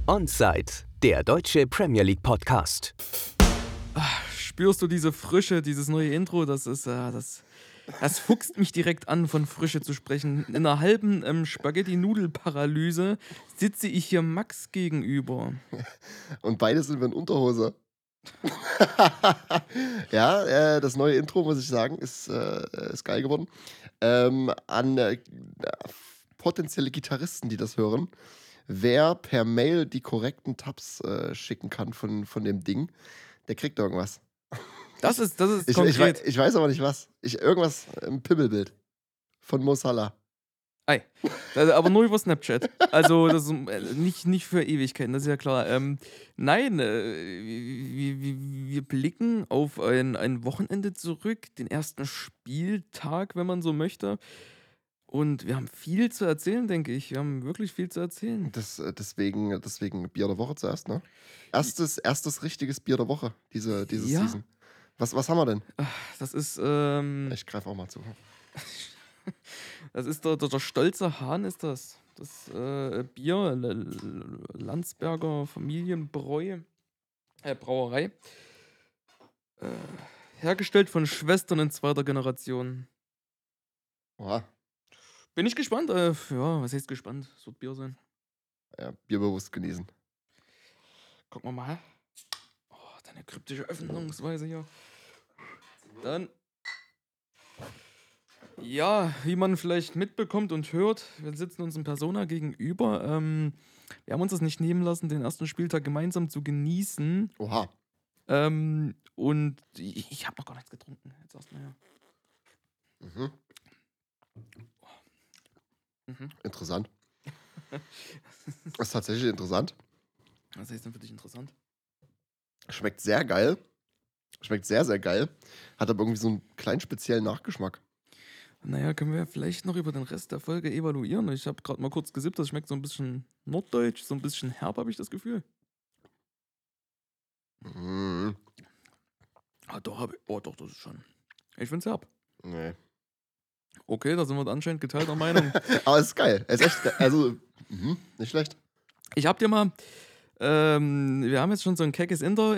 Onside, der deutsche Premier League Podcast. Spürst du diese Frische, dieses neue Intro? Das fuchst mich direkt an, von Frische zu sprechen. In einer halben Spaghetti-Nudel-Paralyse sitze ich hier Max gegenüber. Und beide sind wir in Unterhose. Ja, das neue Intro, muss ich sagen, ist geil geworden. An potenzielle Gitarristen, die das hören, wer per Mail die korrekten Tabs schicken kann von dem Ding, der kriegt irgendwas. Das ist konkret. Ich weiß aber nicht was. Irgendwas im Pimmelbild von Mo Salah. Ei. Aber nur über Snapchat. Also das ist, nicht für Ewigkeiten, das ist ja klar. Nein, wir blicken auf ein Wochenende zurück, den ersten Spieltag, wenn man so möchte. Und wir haben viel zu erzählen, denke ich. Wir haben wirklich viel zu erzählen. Deswegen Bier der Woche zuerst, ne? Erstes richtiges Bier der Woche, diese Season. Was haben wir denn? Das ist. Ich greife auch mal zu. Das ist der stolze Hahn, ist das. Das Bier, Landsberger Familienbräu, Brauerei. Hergestellt von Schwestern in zweiter Generation. Oha. Bin ich gespannt. Ja, was heißt gespannt? Es wird Bier sein. Ja, Bier bewusst genießen. Gucken wir mal. Oh, deine kryptische Öffnungsweise hier. Dann. Ja, wie man vielleicht mitbekommt und hört, wir sitzen uns in Persona gegenüber. Wir haben uns das nicht nehmen lassen, den ersten Spieltag gemeinsam zu genießen. Oha. Und ich habe noch gar nichts getrunken. Jetzt erstmal ja. Mhm. Interessant. Das ist tatsächlich interessant. Was ist denn für dich interessant? Schmeckt sehr geil. Schmeckt sehr, sehr geil. Hat aber irgendwie so einen kleinen speziellen Nachgeschmack. Naja, können wir vielleicht noch über den Rest der Folge evaluieren. Ich habe gerade mal kurz gesippt, das schmeckt so ein bisschen norddeutsch, so ein bisschen herb, habe ich das Gefühl. Mhm. Doch, das ist schon. Ich finde es herb. Nee. Okay, da sind wir anscheinend geteilter Meinung. Aber es ist geil. Es ist echt geil. Also, nicht schlecht. Ich hab dir mal, wir haben jetzt schon so ein keckes Intro.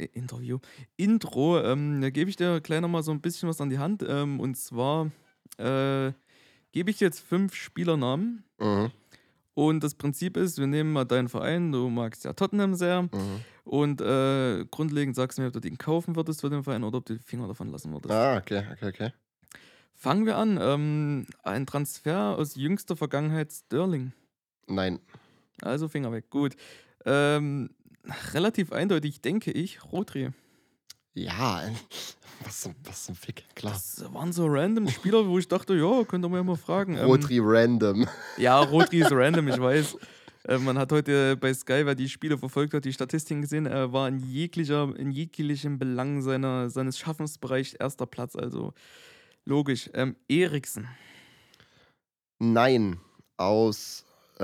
Da gebe ich dir gleich nochmal so ein bisschen was an die Hand. Und zwar gebe ich dir jetzt 5 Spielernamen. Mhm. Und das Prinzip ist, wir nehmen mal deinen Verein, du magst ja Tottenham sehr. Mhm. Und grundlegend sagst du mir, ob du den kaufen würdest für den Verein oder ob du die Finger davon lassen würdest. Ah, okay. Fangen wir an. Ein Transfer aus jüngster Vergangenheit, Sterling. Nein. Also Finger weg. Gut. Relativ eindeutig, denke ich, Rodri. Ja, was zum Fick, klar. Das waren so random Spieler, wo ich dachte, ja, könnte man ja mal fragen. Rodri random. Ja, Rodri ist random, ich weiß. Man hat heute bei Sky, wer die Spiele verfolgt hat, die Statistiken gesehen, er war in jeglichem Belang seines Schaffensbereichs erster Platz, also logisch. Eriksen. Nein, aus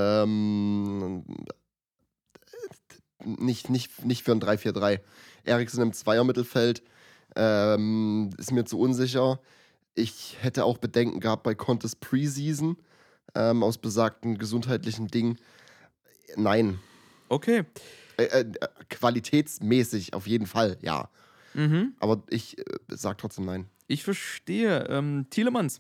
nicht für ein 3-4-3. Eriksen im Zweiermittelfeld ist mir zu unsicher. Ich hätte auch Bedenken gehabt bei Contes Preseason aus besagten gesundheitlichen Dingen. Nein. Okay. Qualitätsmäßig auf jeden Fall, ja. Mhm. Aber ich sag trotzdem nein. Ich verstehe. Tielemans.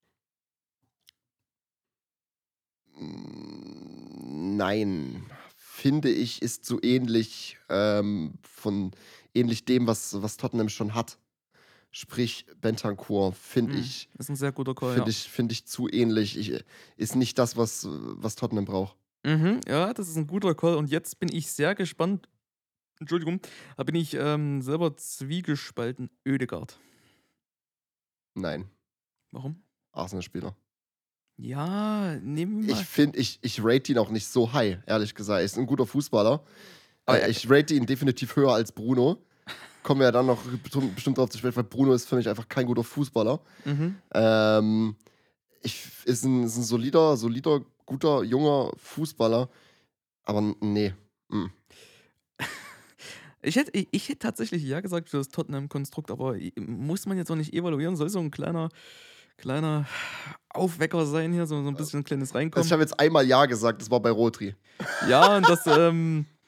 Nein. Finde ich, ist zu ähnlich ähnlich dem, was Tottenham schon hat. Sprich, Bentancur, finde ich. Das ist ein sehr guter Call. Finde ich zu ähnlich. Ist nicht das, was Tottenham braucht. Ja, das ist ein guter Call. Und jetzt bin ich sehr gespannt. Entschuldigung, da bin ich selber zwiegespalten. Ødegaard. Nein. Warum? Arsenal-Spieler. Ja, nehmen wir mal. Ich rate ihn auch nicht so high, ehrlich gesagt. Er ist ein guter Fußballer. Aber ich rate ihn definitiv höher als Bruno. Kommen wir ja dann noch bestimmt drauf zu sprechen, weil Bruno ist für mich einfach kein guter Fußballer. Ist ein solider, guter, junger Fußballer. Aber nee. Ich hätte tatsächlich ja gesagt für das Tottenham-Konstrukt, aber muss man jetzt auch nicht evaluieren. Soll so ein kleiner Aufwecker sein hier, so ein bisschen ein kleines Reinkommen. Ich habe jetzt einmal ja gesagt, das war bei Rodri. Ja, und das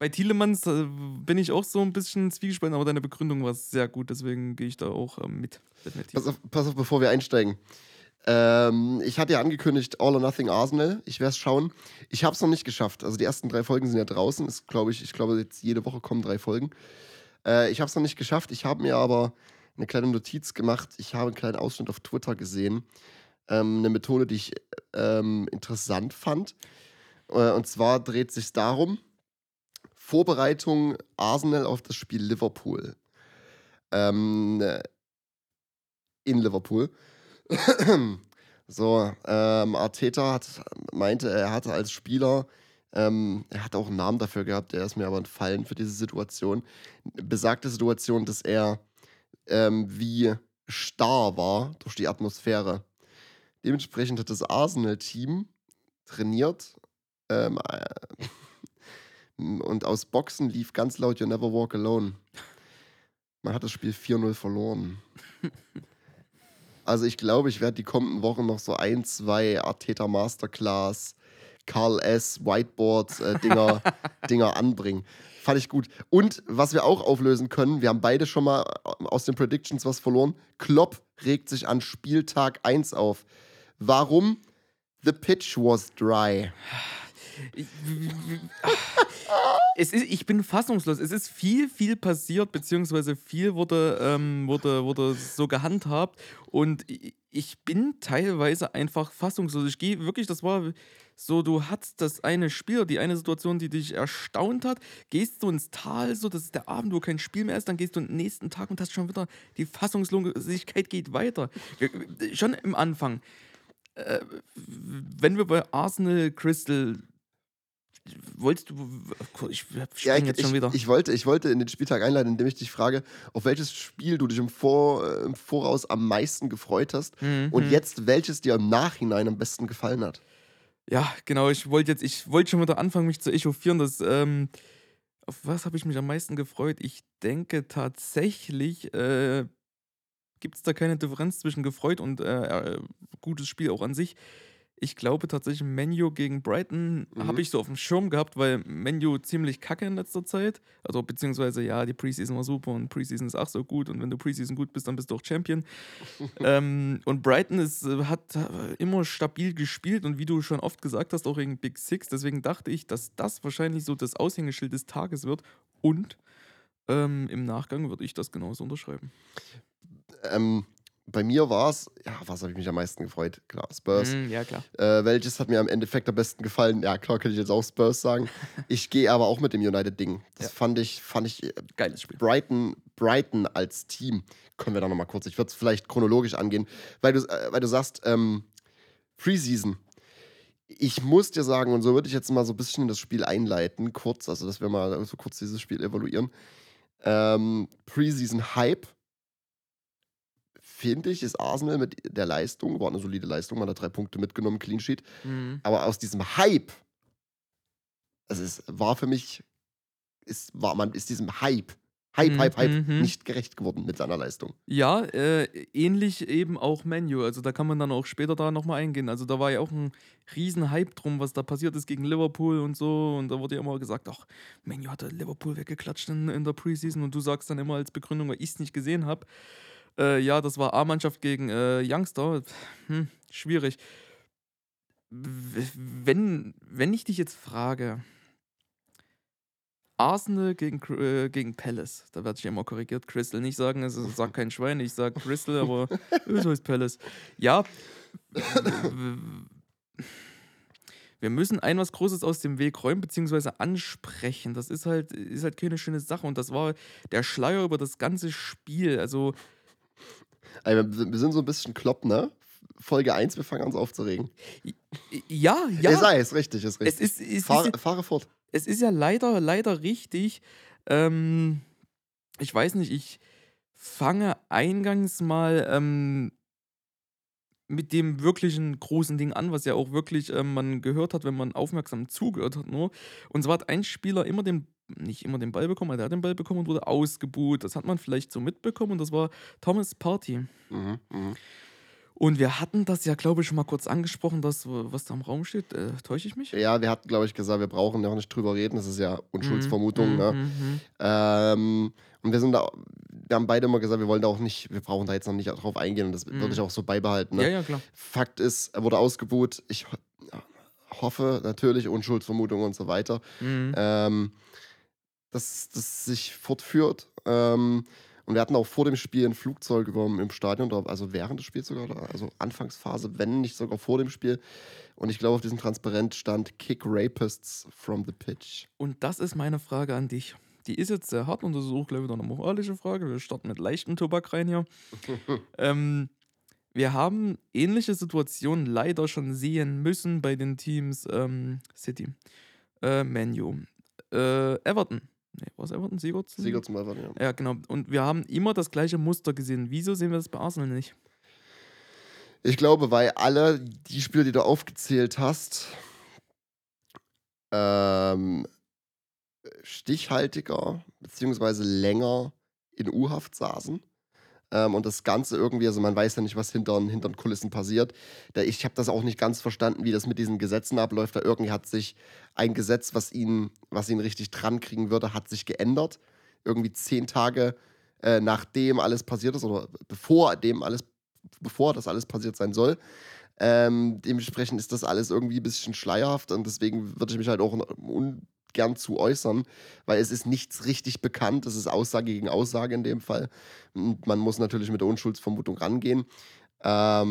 Bei Tielemans bin ich auch so ein bisschen zwiegespalten, aber deine Begründung war sehr gut, deswegen gehe ich da auch mit. Definitiv. Pass auf, bevor wir einsteigen. Ich hatte ja angekündigt, All or Nothing Arsenal. Ich werde es schauen. Ich habe es noch nicht geschafft. Also die ersten 3 Folgen sind ja draußen. Ich glaube, jetzt jede Woche kommen 3 Folgen. Ich habe es noch nicht geschafft. Ich habe mir aber eine kleine Notiz gemacht. Ich habe einen kleinen Ausschnitt auf Twitter gesehen. Eine Methode, die ich interessant fand. Und zwar dreht es sich darum, Vorbereitung Arsenal auf das Spiel Liverpool. In Liverpool. So, Arteta meinte, er hatte als Spieler, er hat auch einen Namen dafür gehabt, der ist mir aber entfallen für diese Situation. Besagte Situation, dass er wie starr war durch die Atmosphäre. Dementsprechend hat das Arsenal-Team trainiert und aus Boxen lief ganz laut You Never Walk Alone. Man hat das Spiel 4-0 verloren. Also ich glaube, ich werde die kommenden Wochen noch so 1, 2 Arteta Masterclass, Karl S. Whiteboard-Dinger anbringen. Fand ich gut. Und was wir auch auflösen können, wir haben beide schon mal aus den Predictions was verloren. Klopp regt sich an Spieltag 1 auf. Warum? The pitch was dry. Ich bin fassungslos. Es ist viel passiert, beziehungsweise viel wurde so gehandhabt. Und ich bin teilweise einfach fassungslos. Ich gehe wirklich, das war so, du hattest das eine Spiel, die eine Situation, die dich erstaunt hat, gehst du ins Tal, so, das ist der Abend, wo kein Spiel mehr ist, dann gehst du den nächsten Tag und hast schon wieder, die Fassungslosigkeit geht weiter. Schon im Anfang. Wenn wir bei Arsenal Crystal wolltest du. Ich springe jetzt schon wieder. Ich wollte in den Spieltag einleiten, indem ich dich frage, auf welches Spiel du dich im Voraus am meisten gefreut hast und jetzt welches dir im Nachhinein am besten gefallen hat. Ja, genau. Ich wollte schon wieder anfangen, mich zu echauffieren. Auf was habe ich mich am meisten gefreut? Ich denke tatsächlich, gibt es da keine Differenz zwischen gefreut und gutes Spiel auch an sich. Ich glaube tatsächlich, Man U gegen Brighton habe ich so auf dem Schirm gehabt, weil Man U ziemlich kacke in letzter Zeit. Also beziehungsweise, ja, die Preseason war super und Preseason ist auch so gut. Und wenn du Preseason gut bist, dann bist du auch Champion. Und Brighton hat immer stabil gespielt und wie du schon oft gesagt hast, auch gegen Big Six. Deswegen dachte ich, dass das wahrscheinlich so das Aushängeschild des Tages wird. Und im Nachgang würde ich das genauso unterschreiben. Bei mir war es, ja, was habe ich mich am meisten gefreut? Klar, Spurs. Ja, klar. Welches hat mir am Endeffekt am besten gefallen? Ja, klar, könnte ich jetzt auch Spurs sagen. Ich gehe aber auch mit dem United-Ding. Das fand ich geiles Spiel. Brighton als Team. Können wir da nochmal kurz, ich würde es vielleicht chronologisch angehen, weil du sagst, Preseason. Ich muss dir sagen, und so würde ich jetzt mal so ein bisschen in das Spiel einleiten, kurz, also dass wir mal so kurz dieses Spiel evaluieren. Preseason-Hype, finde ich, ist Arsenal mit der Leistung, war eine solide Leistung, man hat 3 Punkte mitgenommen, Clean Sheet. Aber aus diesem Hype, also es war für mich, ist diesem Hype nicht gerecht geworden mit seiner Leistung. Ja, ähnlich eben auch Man U. Also da kann man dann auch später da nochmal eingehen. Also da war ja auch ein riesen Hype drum, was da passiert ist gegen Liverpool und so. Und da wurde ja immer gesagt, ach, Man U hatte Liverpool weggeklatscht in der Preseason. Und du sagst dann immer als Begründung, weil ich es nicht gesehen habe, ja, das war A-Mannschaft gegen Youngster. Schwierig. Wenn ich dich jetzt frage, Arsenal gegen Palace, da werde ich immer korrigiert, Crystal nicht sagen, also sagt kein Schwein, ich sage Crystal, aber so heißt Palace. Ja, wir müssen was Großes aus dem Weg räumen, beziehungsweise ansprechen. Das ist halt keine schöne Sache und das war der Schleier über das ganze Spiel, also Wir sind so ein bisschen Klopp, ne? Folge 1, wir fangen an, uns aufzuregen. Ja. Ist richtig. Fahre fort. Es ist ja leider richtig. Ich weiß nicht, ich fange eingangs mal mit dem wirklichen großen Ding an, was ja auch wirklich man gehört hat, wenn man aufmerksam zugehört hat nur. Und zwar hat ein Spieler nicht immer den Ball bekommen, aber der hat den Ball bekommen und wurde ausgebuht. Das hat man vielleicht so mitbekommen und das war Thomas Partey. Und wir hatten das ja, glaube ich, schon mal kurz angesprochen, was da im Raum steht. Täusche ich mich? Ja, wir hatten, glaube ich, gesagt, wir brauchen ja auch nicht drüber reden. Das ist ja Unschuldsvermutung. Ne? Und wir haben beide immer gesagt, wir wollen da auch nicht, wir brauchen da jetzt noch nicht drauf eingehen. Und das würde ich auch so beibehalten. Ne? Ja, klar. Fakt ist, er wurde ausgebuht. Ich hoffe natürlich, Unschuldsvermutung und so weiter, dass das sich fortführt. Und wir hatten auch vor dem Spiel ein Flugzeug im Stadion, also während des Spiels sogar, also Anfangsphase, wenn nicht sogar vor dem Spiel. Und ich glaube, auf diesem Transparent stand Kick Rapists from the Pitch. Und das ist meine Frage an dich. Die ist jetzt sehr hart und das ist auch gleich wieder eine moralische Frage. Wir starten mit leichtem Tobak rein hier. Wir haben ähnliche Situationen leider schon sehen müssen bei den Teams City, Man U, Everton. Nee, war es Everton? Sigurdsson? Sigurdsson Everton, ja. Ja, genau. Und wir haben immer das gleiche Muster gesehen. Wieso sehen wir das bei Arsenal nicht? Ich glaube, weil alle die Spieler, die du aufgezählt hast, stichhaltiger bzw. länger in U-Haft saßen. Und das Ganze irgendwie, also man weiß ja nicht, was hinter den Kulissen passiert. Ich habe das auch nicht ganz verstanden, wie das mit diesen Gesetzen abläuft. Da irgendwie hat sich ein Gesetz, was ihn richtig dran kriegen würde, hat sich geändert. Irgendwie 10 Tage nachdem alles passiert ist oder bevor das alles passiert sein soll. Dementsprechend ist das alles irgendwie ein bisschen schleierhaft und deswegen würde ich mich halt auch ungern zu äußern, weil es ist nichts richtig bekannt. Es ist Aussage gegen Aussage in dem Fall. Und man muss natürlich mit der Unschuldsvermutung rangehen. Ja,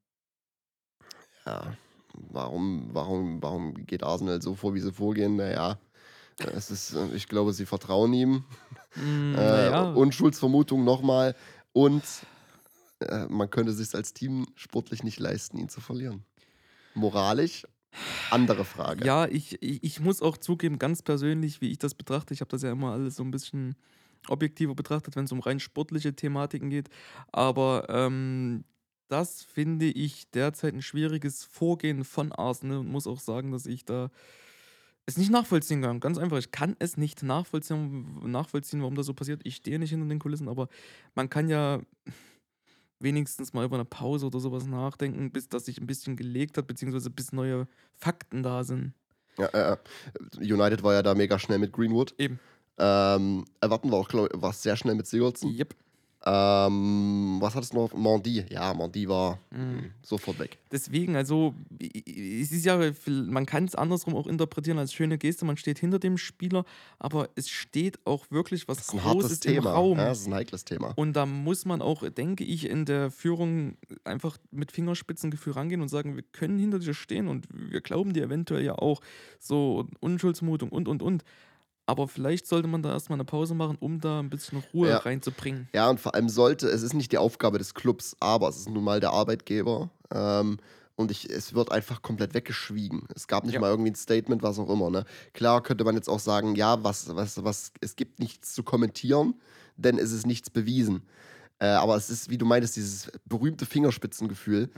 warum geht Arsenal so vor, wie sie vorgehen? Naja, ich glaube, sie vertrauen ihm. Naja. Unschuldsvermutung nochmal und man könnte sich als Team sportlich nicht leisten, ihn zu verlieren. Moralisch, andere Frage. Ja, ich muss auch zugeben, ganz persönlich, wie ich das betrachte, ich habe das ja immer alles so ein bisschen objektiver betrachtet, wenn es um rein sportliche Thematiken geht, aber das finde ich derzeit ein schwieriges Vorgehen von Arsenal und muss auch sagen, dass ich da es nicht nachvollziehen kann. Ganz einfach, ich kann es nicht nachvollziehen, warum das so passiert. Ich stehe nicht hinter den Kulissen, aber man kann ja wenigstens mal über eine Pause oder sowas nachdenken, bis das sich ein bisschen gelegt hat, beziehungsweise bis neue Fakten da sind. Ja, United war ja da mega schnell mit Greenwood. Eben. Everton war sehr schnell mit Sigurdsson. Yep. Was hattest du noch? Mandy. Ja, Mandy war sofort weg. Deswegen, also, es ist ja, man kann es andersrum auch interpretieren als schöne Geste, man steht hinter dem Spieler, aber es steht auch wirklich was Das ist ein hartes Großes im Thema. Raum. Ja, das ist ein heikles Thema. Und da muss man auch, denke ich, in der Führung einfach mit Fingerspitzengefühl rangehen und sagen, wir können hinter dir stehen und wir glauben dir eventuell ja auch so Unschuldsvermutung und. Aber vielleicht sollte man da erstmal eine Pause machen, um da ein bisschen Ruhe reinzubringen. Ja, und vor allem es ist nicht die Aufgabe des Clubs, aber es ist nun mal der Arbeitgeber. Und es wird einfach komplett weggeschwiegen. Es gab nicht mal irgendwie ein Statement, was auch immer. Ne? Klar könnte man jetzt auch sagen, ja, es gibt nichts zu kommentieren, denn es ist nichts bewiesen. Aber es ist, wie du meintest, dieses berühmte Fingerspitzengefühl.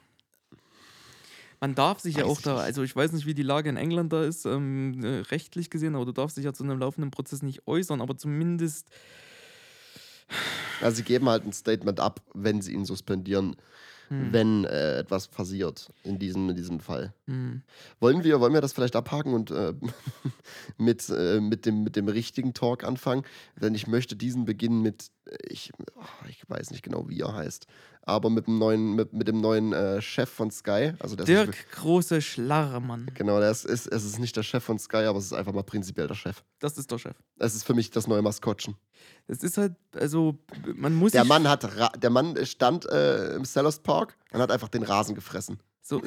Man darf sich ja Weiß auch ich da, nicht. also ich weiß nicht, wie die Lage in England da ist, rechtlich gesehen, aber du darfst dich ja zu einem laufenden Prozess nicht äußern, aber zumindest, Also sie geben halt ein Statement ab, wenn sie ihn suspendieren, wenn etwas passiert in diesem Fall. Wollen wir das vielleicht abhaken und mit dem richtigen Talk anfangen? Denn ich möchte diesen beginnen mit, ich weiß nicht genau, wie er heißt, aber mit dem neuen Chef von Sky. Also Dirk Große Schlarremann, Genau, es ist nicht der Chef von Sky, aber es ist einfach mal prinzipiell der Chef. das ist der Chef. Es ist für mich das neue Maskottchen. Es ist halt, also man muss Der sich Mann stand im Selhurst Park und hat einfach den Rasen gefressen. so,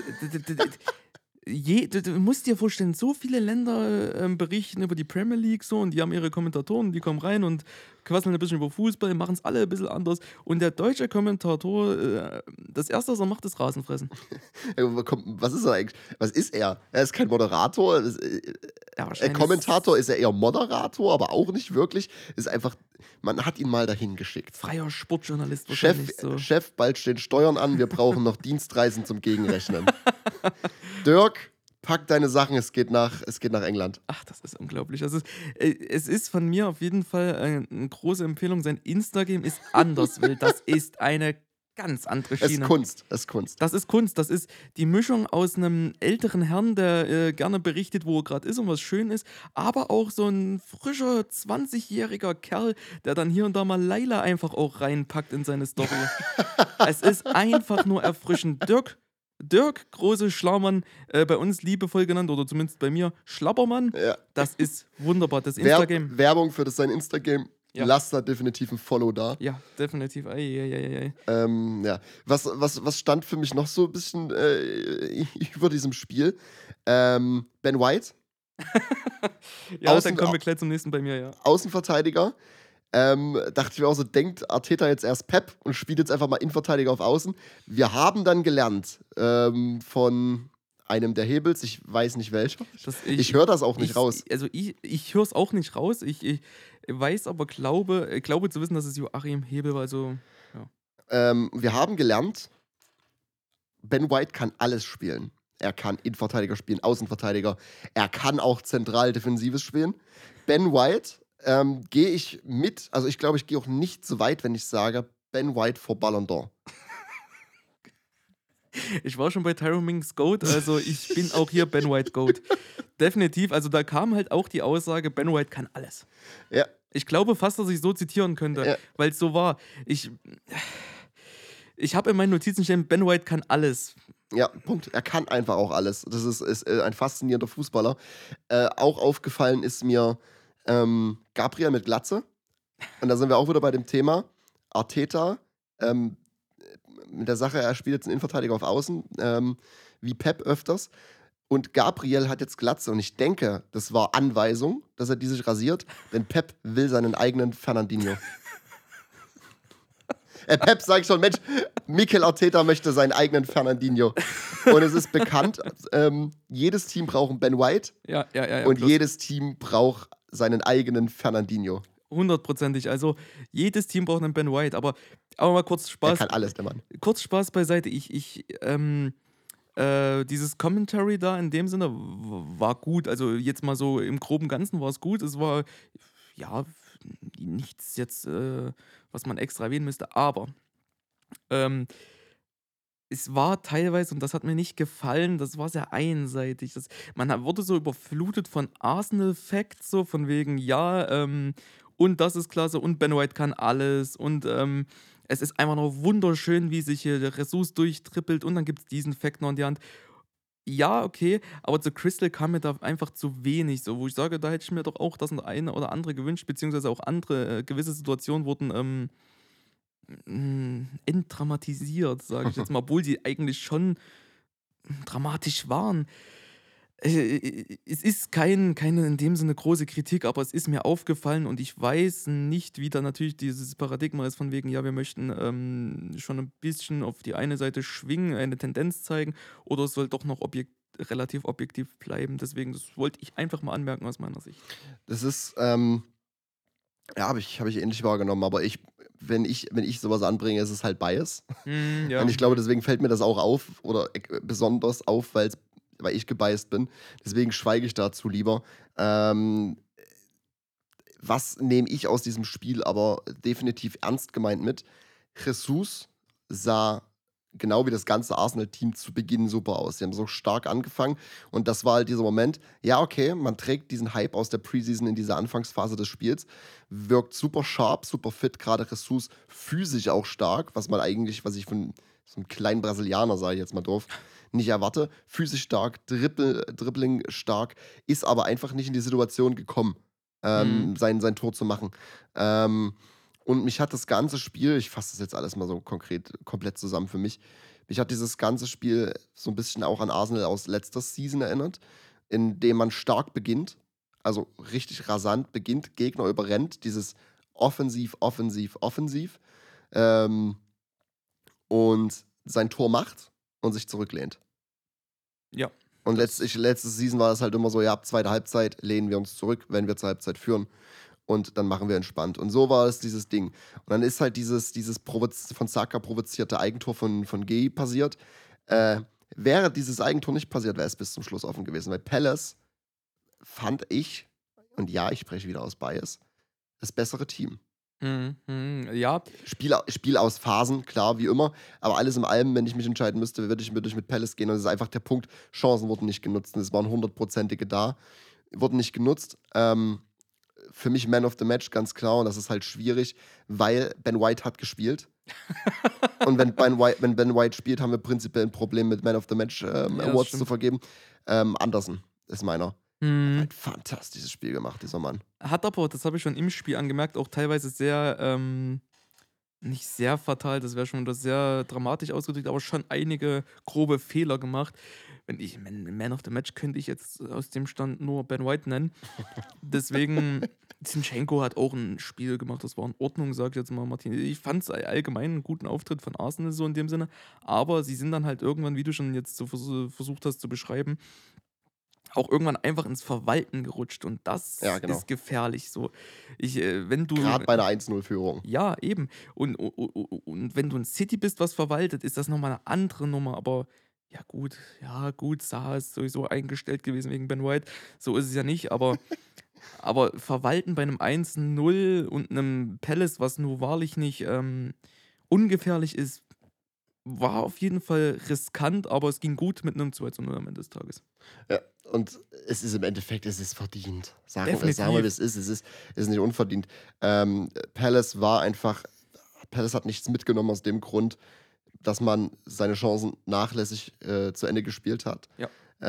du musst dir vorstellen, so viele Länder berichten über die Premier League so und die haben ihre Kommentatoren, die kommen rein und quasseln ein bisschen über Fußball, machen es alle ein bisschen anders und der deutsche Kommentator, das erste, was er macht, ist Rasenfressen. Was ist er eigentlich? Was ist er? Er ist kein Moderator. Ja, wahrscheinlich Kommentator ist er eher Moderator, aber auch nicht wirklich. Ist einfach, man hat ihn mal dahin geschickt. freier Sportjournalist wahrscheinlich so. Chef, bald stehen Steuern an, wir brauchen noch Dienstreisen zum Gegenrechnen. Dirk, pack deine Sachen, es geht nach England. Ach, das ist unglaublich. Also, es ist von mir auf jeden Fall eine große Empfehlung. Sein Instagram ist anders, weil das ist eine ganz andere Es ist Schiene. Kunst. Es ist Kunst. Das ist Kunst. Das ist die Mischung aus einem älteren Herrn, der gerne berichtet, wo er gerade ist und was schön ist, aber auch so ein frischer 20-jähriger Kerl, der dann hier und da mal Laila einfach auch reinpackt in seine Story. Es ist einfach nur erfrischend. Dirk, große Schlaumann, bei uns liebevoll genannt, oder zumindest bei mir Schlappermann. Ja. Das ist wunderbar. Das Instagame. Werbung für sein Instagram. Ja. Lasst da definitiv ein Follow da. Ja, definitiv. Ei. Ja. Was stand für mich noch so ein bisschen über diesem Spiel? Ben White, Ja, Außen- dann kommen wir gleich zum nächsten bei mir, ja. Außenverteidiger. Dachte ich mir auch so, denkt Arteta jetzt erst Pep und spielt jetzt einfach mal Innenverteidiger auf Außen. Wir haben dann gelernt von einem der Hebels, ich weiß nicht welcher. Ich höre das auch nicht raus. Also ich höre es auch nicht raus. Ich weiß aber, glaube zu wissen, dass es Joachim Hebel war. Also, ja. Wir haben gelernt, Ben White kann alles spielen. Er kann Innenverteidiger spielen, Außenverteidiger. Er kann auch zentral Defensives spielen. Ben White gehe ich mit, also ich glaube, ich gehe auch nicht so weit, wenn ich sage, Ben White vor Ballon d'Or. Ich war schon bei Tyrone Mings Goat, also ich bin auch hier Ben White Goat. Definitiv, also da kam halt auch die Aussage, Ben White kann alles. Ja. Ich glaube fast, dass ich so zitieren könnte, Ja. weil es so war. Ich habe in meinen Notizen stehen, Ben White kann alles. Ja, Punkt. Er kann einfach auch alles. Das ist ein faszinierender Fußballer. Auch aufgefallen ist mir Gabriel mit Glatze. Und da sind wir auch wieder bei dem Thema. Arteta, mit der Sache, er spielt jetzt einen Innenverteidiger auf Außen, wie Pep öfters. Und Gabriel hat jetzt Glatze. Und ich denke, das war Anweisung, dass er die sich rasiert, denn Pep will seinen eigenen Fernandinho. Pep sagt schon, Mensch, Mikel Arteta möchte seinen eigenen Fernandinho. Und es ist bekannt, jedes Team braucht einen Ben White Ja, und plus. jedes Team braucht seinen eigenen Fernandinho. 100%ig. Also jedes Team braucht einen Ben White, aber mal kurz Er Spaß. kann alles, der Mann. Kurz Spaß beiseite. Dieses Commentary da in dem Sinne war gut. Also jetzt mal so im groben Ganzen war es gut. Es war ja nichts jetzt, was man extra erwähnen müsste, aber es war teilweise, und das hat mir nicht gefallen, das war sehr einseitig. Man wurde so überflutet von Arsenal-Facts, so von wegen, ja, und das ist klasse und Ben White kann alles und es ist einfach noch wunderschön, wie sich hier der Jesus durchtrippelt und dann gibt es diesen Fact noch in die Hand. Ja, okay, aber zu Crystal kam mir da einfach zu wenig, so, wo ich sage, da hätte ich mir doch auch das eine oder andere gewünscht, beziehungsweise auch andere gewisse Situationen wurden entdramatisiert, sage ich jetzt mal, obwohl sie eigentlich schon dramatisch waren. Es ist keine in dem Sinne große Kritik, aber es ist mir aufgefallen und ich weiß nicht, wie da natürlich dieses Paradigma ist von wegen, ja, wir möchten schon ein bisschen auf die eine Seite schwingen, eine Tendenz zeigen oder es soll doch noch relativ objektiv bleiben. Deswegen, das wollte ich einfach mal anmerken aus meiner Sicht. Das ist, ja, hab ich ähnlich wahrgenommen, aber wenn ich sowas anbringe, ist es halt Bias. Ja. Und ich glaube, deswegen fällt mir das auch auf oder besonders auf, weil ich gebiased bin. Deswegen schweige ich dazu lieber. Was nehme ich aus diesem Spiel aber definitiv ernst gemeint mit? Jesus sah genau wie das ganze Arsenal-Team zu Beginn super aus. Sie haben so stark angefangen und das war halt dieser Moment, ja okay, man trägt diesen Hype aus der Preseason in diese Anfangsphase des Spiels, wirkt super sharp, super fit, gerade Jesus physisch auch stark, was ich von so einem kleinen Brasilianer, sage ich jetzt mal doof, nicht erwarte. Physisch stark, Dribbling stark, ist aber einfach nicht in die Situation gekommen, sein Tor zu machen. Und mich hat das ganze Spiel, ich fasse das jetzt alles mal so komplett zusammen für mich, mich hat dieses ganze Spiel so ein bisschen auch an Arsenal aus letzter Season erinnert, in dem man stark beginnt, also richtig rasant beginnt, Gegner überrennt, dieses Offensiv, und sein Tor macht und sich zurücklehnt. Ja. Und letzte Season war das halt immer so, ja, ab zweiter Halbzeit lehnen wir uns zurück, wenn wir zur Halbzeit führen. Und dann machen wir entspannt. Und so war es dieses Ding. Und dann ist halt dieses von Saka provozierte Eigentor von Gay passiert. Wäre dieses Eigentor nicht passiert, wäre es bis zum Schluss offen gewesen. Weil Palace fand ich, und ja, ich spreche wieder aus Bias, das bessere Team. Ja, Spiel aus Phasen, klar, wie immer. Aber alles in allem, wenn ich mich entscheiden müsste, würde ich mit Palace gehen. Und das ist einfach der Punkt, Chancen wurden nicht genutzt. Und es waren 100%ige da, wurden nicht genutzt. Für mich Man of the Match, ganz klar. Und das ist halt schwierig, weil Ben White hat gespielt. Und wenn Ben White spielt, haben wir prinzipiell ein Problem mit Man of the Match das Awards zu stimmt. vergeben. Anderson ist meiner. Hat ein fantastisches Spiel gemacht, dieser Mann. Hat aber, das habe ich schon im Spiel angemerkt, auch teilweise sehr, nicht sehr fatal, das wäre schon das sehr dramatisch ausgedrückt, aber schon einige grobe Fehler gemacht. Wenn ich Man of the Match könnte ich jetzt aus dem Stand nur Ben White nennen. Deswegen, Zinchenko hat auch ein Spiel gemacht, das war in Ordnung, sag ich jetzt mal, Martin. Ich fand es allgemein einen guten Auftritt von Arsenal so in dem Sinne, aber sie sind dann halt irgendwann, wie du schon jetzt so versucht hast zu beschreiben, auch irgendwann einfach ins Verwalten gerutscht und das Ja, genau. ist gefährlich so. Wenn du Gerade bei einer 1-0-Führung. ja, eben. Und wenn du ein City bist, was verwaltet, ist das nochmal eine andere Nummer. Aber ja gut, Saha ist sowieso eingestellt gewesen wegen Ben White. So ist es ja nicht, aber verwalten bei einem 1-0 und einem Palace, was nur wahrlich nicht ungefährlich ist, war auf jeden Fall riskant, aber es ging gut mit einem 2-0 am Ende des Tages. Ja, und es ist im Endeffekt, es ist verdient. Sagen wir, Definitiv. wie es ist. Es ist nicht unverdient. Palace hat nichts mitgenommen aus dem Grund, dass man seine Chancen nachlässig zu Ende gespielt hat. Ja.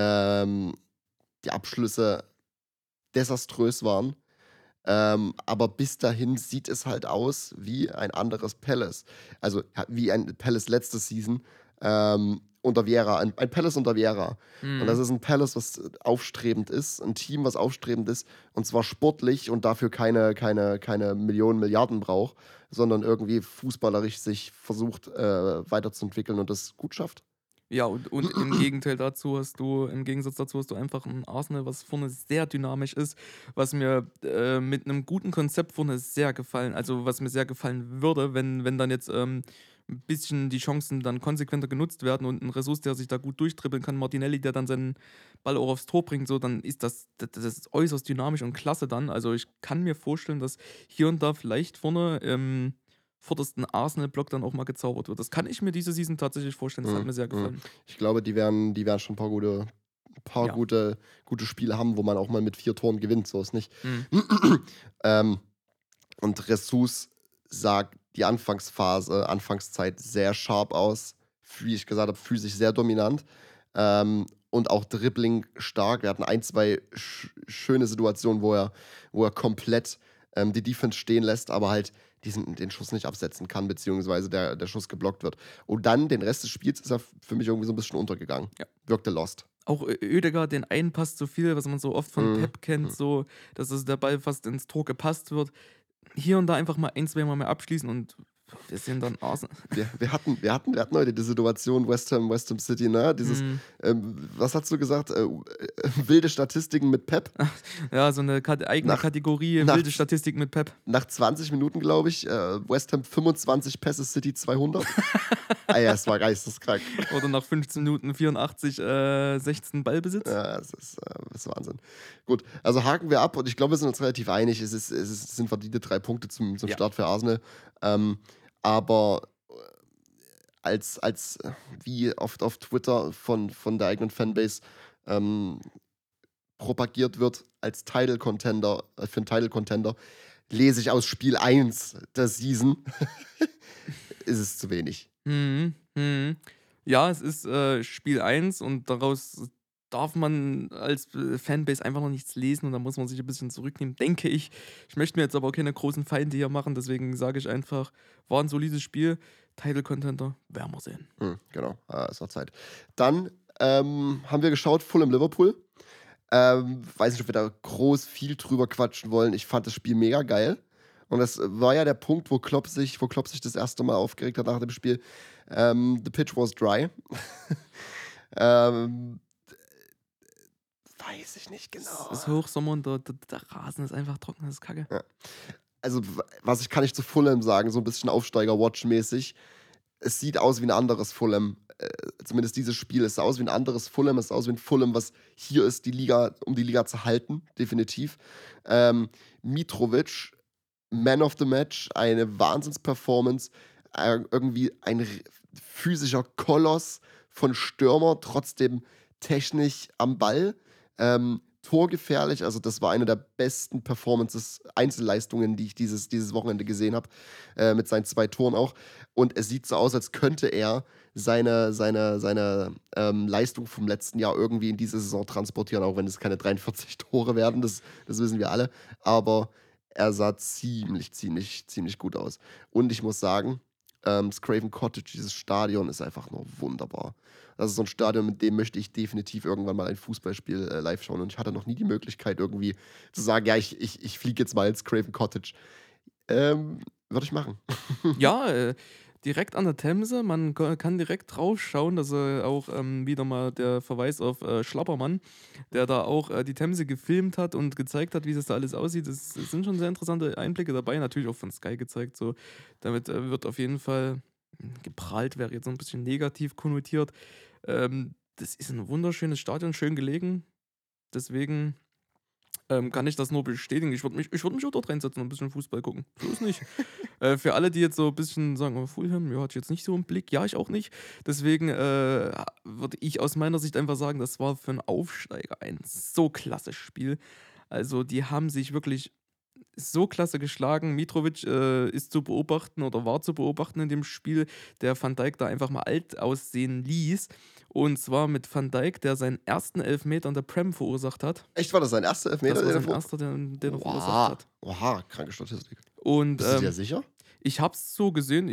Die Abschlüsse desaströs waren. Aber bis dahin sieht es halt aus wie ein anderes Palace. Also wie ein Palace letzte Season unter Vieira. Ein Palace unter Vieira. Und das ist ein Palace, was aufstrebend ist. Ein Team, was aufstrebend ist. Und zwar sportlich und dafür keine Millionen, Milliarden braucht, sondern irgendwie fußballerisch sich versucht weiterzuentwickeln und das gut schafft. Ja, und im Gegensatz dazu hast du einfach ein Arsenal, was vorne sehr dynamisch ist, was mir mit einem guten Konzept vorne sehr gefallen, also was mir sehr gefallen würde, wenn dann jetzt ein bisschen die Chancen dann konsequenter genutzt werden und ein Ressource, der sich da gut durchdribbeln kann, Martinelli, der dann seinen Ball auch aufs Tor bringt, so, dann ist das ist äußerst dynamisch und klasse dann. Also ich kann mir vorstellen, dass hier und da vielleicht vorne im vordersten Arsenal-Block dann auch mal gezaubert wird. Das kann ich mir diese Season tatsächlich vorstellen. Das hat mir sehr gefallen. Ich glaube, die werden schon ein paar Ja. gute Spiele haben, wo man auch mal mit 4 Toren gewinnt. So ist nicht. Und Ressus sah die Anfangszeit sehr scharf aus. Wie ich gesagt habe, physisch sehr dominant. Und auch Dribbling stark. Wir hatten 1, 2 schöne Situationen, wo er komplett die Defense stehen lässt, aber halt den Schuss nicht absetzen kann, beziehungsweise der Schuss geblockt wird. Und dann den Rest des Spiels ist er für mich irgendwie so ein bisschen untergegangen. Ja. Wirkte lost. Auch Oedegaard, den einen passt so viel, was man so oft von Pep kennt, so, dass der Ball fast ins Tor gepasst wird. Hier und da einfach mal 1, 2 Mal mehr abschließen und wir sind dann Arsenal. Wir hatten heute die Situation West Ham City, ne? Dieses, was hast du gesagt? Wilde Statistiken mit Pep. Ja, so eine eigene Kategorie, wilde Statistik mit Pep. Nach 20 Minuten, glaube ich, West Ham 25 Pässe, City 200. Ja, es war geisteskrank. Oder nach 15 Minuten 84, 16 Ballbesitz. Ja, das ist Wahnsinn. Gut, also haken wir ab und ich glaube, wir sind uns relativ einig. Es sind verdiente 3 Punkte zum Start für Arsenal. Aber als wie oft auf Twitter von der eigenen Fanbase propagiert wird als Title-Contender, für einen Title-Contender, lese ich aus Spiel 1 der Season, ist es zu wenig. Ja, es ist Spiel 1 und daraus darf man als Fanbase einfach noch nichts lesen und da muss man sich ein bisschen zurücknehmen, denke ich. Ich möchte mir jetzt aber auch keine großen Feinde hier machen, deswegen sage ich einfach, war ein solides Spiel. Title-Contender, werden wir sehen. Genau, es war Zeit. Dann haben wir geschaut, Fulham-Liverpool. Weiß nicht, ob wir da groß viel drüber quatschen wollen. Ich fand das Spiel mega geil. Und das war ja der Punkt, wo Klopp sich das erste Mal aufgeregt hat nach dem Spiel. The pitch was dry. Weiß ich nicht genau. Es ist Hochsommer und der Rasen ist einfach trocken, das ist kacke. Ja. Also, kann ich zu Fulham sagen, so ein bisschen Aufsteiger-Watch-mäßig. Es sieht aus wie ein anderes Fulham. Zumindest dieses Spiel. Es sah aus wie ein anderes Fulham. Es sah aus wie ein Fulham, was hier ist, um die Liga zu halten, definitiv. Mitrovic Man of the Match, eine Wahnsinnsperformance, irgendwie ein physischer Koloss von Stürmer, trotzdem technisch am Ball, torgefährlich. Also das war eine der besten Performances, Einzelleistungen, die ich dieses Wochenende gesehen habe, mit seinen 2 Toren auch. Und es sieht so aus, als könnte er seine Leistung vom letzten Jahr irgendwie in diese Saison transportieren, auch wenn es keine 43 Tore werden, das wissen wir alle. Aber er sah ziemlich gut aus. Und ich muss sagen, das Craven Cottage, dieses Stadion, ist einfach nur wunderbar. Das ist so ein Stadion, mit dem möchte ich definitiv irgendwann mal ein Fußballspiel live schauen. Und ich hatte noch nie die Möglichkeit, irgendwie zu sagen, ja, ich fliege jetzt mal ins Craven Cottage. Würde ich machen. Ja, direkt an der Themse, man kann direkt drauf schauen, dass auch wieder mal der Verweis auf Schlappermann, der da auch die Themse gefilmt hat und gezeigt hat, wie das da alles aussieht. Das sind schon sehr interessante Einblicke dabei, natürlich auch von Sky gezeigt. So. Damit wird auf jeden Fall geprahlt, wäre jetzt so ein bisschen negativ konnotiert. Das ist ein wunderschönes Stadion, schön gelegen. Deswegen kann ich das nur bestätigen. Ich würd mich auch dort reinsetzen und ein bisschen Fußball gucken. So ist nicht. Für alle, die jetzt so ein bisschen sagen, oh, Fulham, ja, hatte ich jetzt nicht so im Blick. Ja, ich auch nicht. Deswegen würde ich aus meiner Sicht einfach sagen, das war für einen Aufsteiger ein so klasse Spiel. Also, die haben sich wirklich so klasse geschlagen. Mitrovic ist zu beobachten oder war zu beobachten in dem Spiel, der Van Dijk da einfach mal alt aussehen ließ. Und zwar mit Van Dijk, der seinen ersten Elfmeter in der Prem verursacht hat. Echt, war das sein erster Elfmeter? Das war den sein erster, den er verursacht hat. Oha, kranke Statistik. Und Bist du dir sicher? ich hab's so gesehen,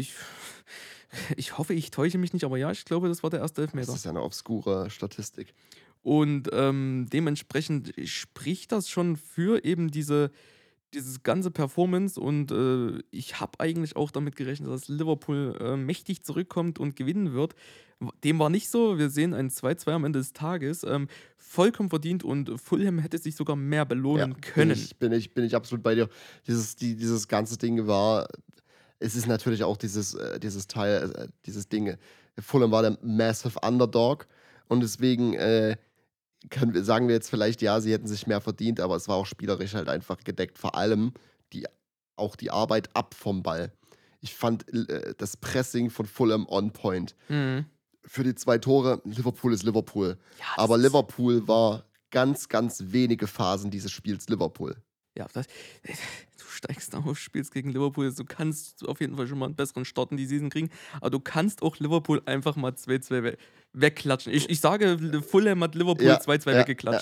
ich hoffe, ich täusche mich nicht, aber ja, ich glaube, das war der erste Das Elfmeter. ist ja eine obskure Statistik. Und dementsprechend spricht das schon für eben dieses ganze Performance und ich habe eigentlich auch damit gerechnet, dass Liverpool mächtig zurückkommt und gewinnen wird. Dem war nicht so. Wir sehen ein 2-2 am Ende des Tages. Vollkommen verdient und Fulham hätte sich sogar mehr belohnen können. Bin ich absolut bei dir. Dieses ganze Ding war, es ist natürlich auch dieses Ding, Fulham war der Massive Underdog und deswegen sagen wir jetzt vielleicht, ja, sie hätten sich mehr verdient, aber es war auch spielerisch halt einfach gedeckt. Vor allem auch die Arbeit ab vom Ball. Ich fand das Pressing von Fulham on point. Mhm. Für die 2 Tore, Liverpool ist Liverpool. Ja, Aber das ist- Liverpool war ganz wenige Phasen dieses Spiels Liverpool. Ja, du steigst auf, spielst gegen Liverpool, du kannst auf jeden Fall schon mal einen besseren Start in die Season kriegen, aber du kannst auch Liverpool einfach mal 2-2 wegklatschen. Ich sage, Fulham hat Liverpool 2-2 weggeklatscht.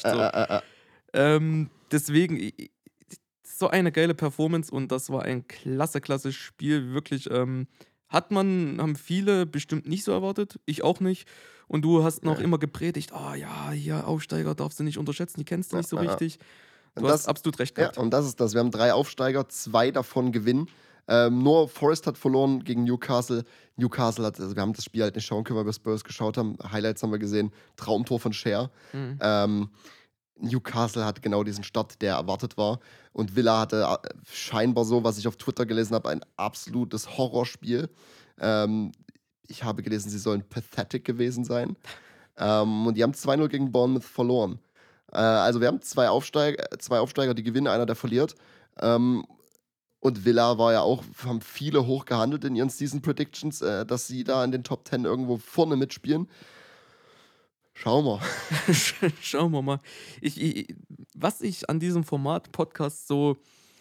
Deswegen, so eine geile Performance und das war ein klasse Spiel. Wirklich, haben viele bestimmt nicht so erwartet. Ich auch nicht. Und du hast noch immer gepredigt, ja, hier Aufsteiger darfst du nicht unterschätzen, die kennst du nicht so richtig. Du hast absolut recht gehabt. Ja, und das ist das. Wir haben 3 Aufsteiger, 2 davon gewinnen. Nur Forest hat verloren gegen Newcastle. Newcastle hat, also wir haben das Spiel halt nicht schauen können, weil wir Spurs geschaut haben. Highlights haben wir gesehen. Traumtor von Cher. Mhm. Newcastle hatte genau diesen Start, der erwartet war. Und Villa hatte scheinbar so, was ich auf Twitter gelesen habe, ein absolutes Horrorspiel. Ich habe gelesen, sie sollen pathetic gewesen sein. Und die haben 2-0 gegen Bournemouth verloren. Also wir haben 2 Aufsteiger, die gewinnen, einer, der verliert. Und Villa war ja auch, haben viele hoch gehandelt in ihren Season Predictions, dass sie da in den Top 10 irgendwo vorne mitspielen. Schauen wir. Schauen wir mal. Was ich an diesem Format Podcast so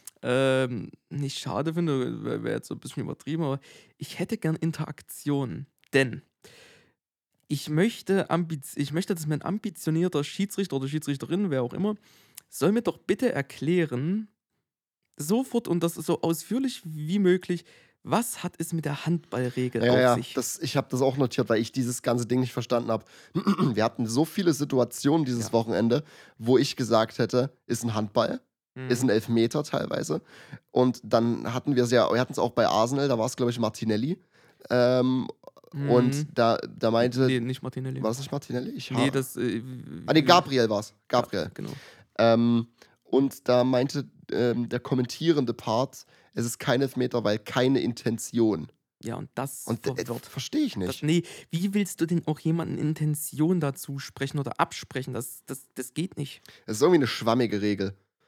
nicht schade finde, wäre jetzt so ein bisschen übertrieben, aber ich hätte gern Interaktion. Denn ich möchte, dass mir ein ambitionierter Schiedsrichter oder Schiedsrichterin, wer auch immer, soll mir doch bitte erklären, sofort und das so ausführlich wie möglich, was hat es mit der Handballregel auf sich? Ich habe das auch notiert, weil ich dieses ganze Ding nicht verstanden habe. Wir hatten so viele Situationen dieses Wochenende, wo ich gesagt hätte, ist ein Handball, ist ein Elfmeter teilweise. Und dann hatten wir es auch bei Arsenal, da war es, glaube ich, Martinelli. Und da meinte. Nee, nicht Martinelli. War das nicht Martinelli? Gabriel war es. Gabriel. Ja, genau. Und da meinte der kommentierende Part, es ist kein Elfmeter, weil keine Intention. Ja, und das verstehe ich nicht. Wie willst du denn auch jemanden Intention dazu sprechen oder absprechen? Das geht nicht. Es ist irgendwie eine schwammige Regel.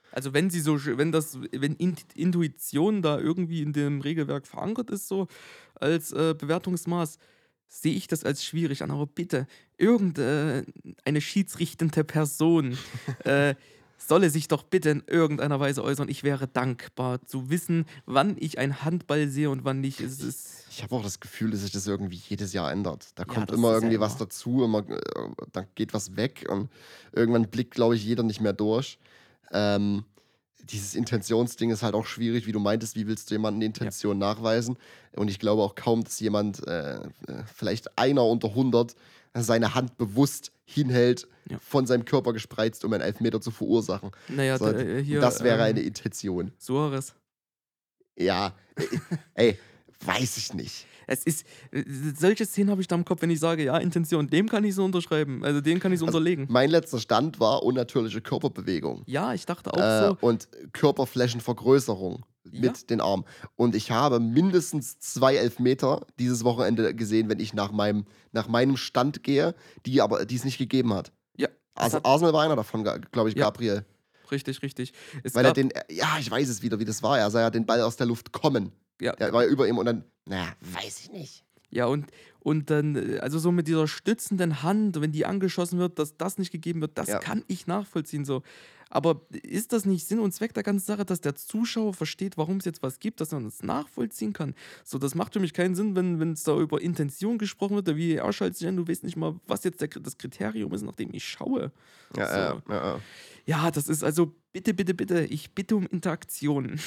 Also wenn Intuition da irgendwie in dem Regelwerk verankert ist, so als Bewertungsmaß, sehe ich das als schwierig an. Aber bitte, irgendeine schiedsrichtende Person solle sich doch bitte in irgendeiner Weise äußern. Ich wäre dankbar zu wissen, wann ich einen Handball sehe und wann nicht. Es ist Ich habe auch das Gefühl, dass sich das irgendwie jedes Jahr ändert. Da Ja, kommt das immer ist ja irgendwie was immer. dazu, dann geht was weg und irgendwann blickt, glaube ich, jeder nicht mehr durch. Ähm, Dieses Intentionsding ist halt auch schwierig, wie du meintest, wie willst du jemandem eine Ja, Intention nachweisen? Und ich glaube auch kaum, dass jemand, vielleicht einer unter 100, seine Hand bewusst hinhält, ja. von seinem Körper gespreizt, um einen Elfmeter zu verursachen. Naja, So, hier, das wäre eine Intention. Suarez. Ja, ey, weiß ich nicht. Es ist, solche Szenen habe ich da im Kopf, wenn ich sage, ja, Intention, dem kann ich so unterschreiben, also den kann ich so Also unterlegen. mein letzter Stand war unnatürliche Körperbewegung Ja, ich dachte auch so, und Körperflächenvergrößerung ja, mit den Armen. Und ich habe mindestens 2 Elfmeter dieses Wochenende gesehen, wenn ich nach meinem Stand gehe, die es nicht gegeben hat. ja, es hat, Arsenal war einer davon, glaube ich, ja, Gabriel. richtig. Es Weil er gab, ja, ich weiß es wieder, wie das war. Er sah ja den Ball aus der Luft kommen. ja, Der war ja über ihm und dann, naja, weiß ich nicht. ja, und dann, also so mit dieser stützenden Hand, wenn die angeschossen wird, dass das nicht gegeben wird, das Ja. kann ich nachvollziehen so. Aber ist das nicht Sinn und Zweck der ganzen Sache, dass der Zuschauer versteht, warum es jetzt was gibt, dass man es nachvollziehen kann? So, das macht für mich keinen Sinn, wenn es da über Intention gesprochen wird. Der VAR schaltet sich an, du weißt nicht mal, was jetzt das Kriterium ist, nach dem ich schaue. So. Ja. Ja, das ist also bitte, ich bitte um Interaktion.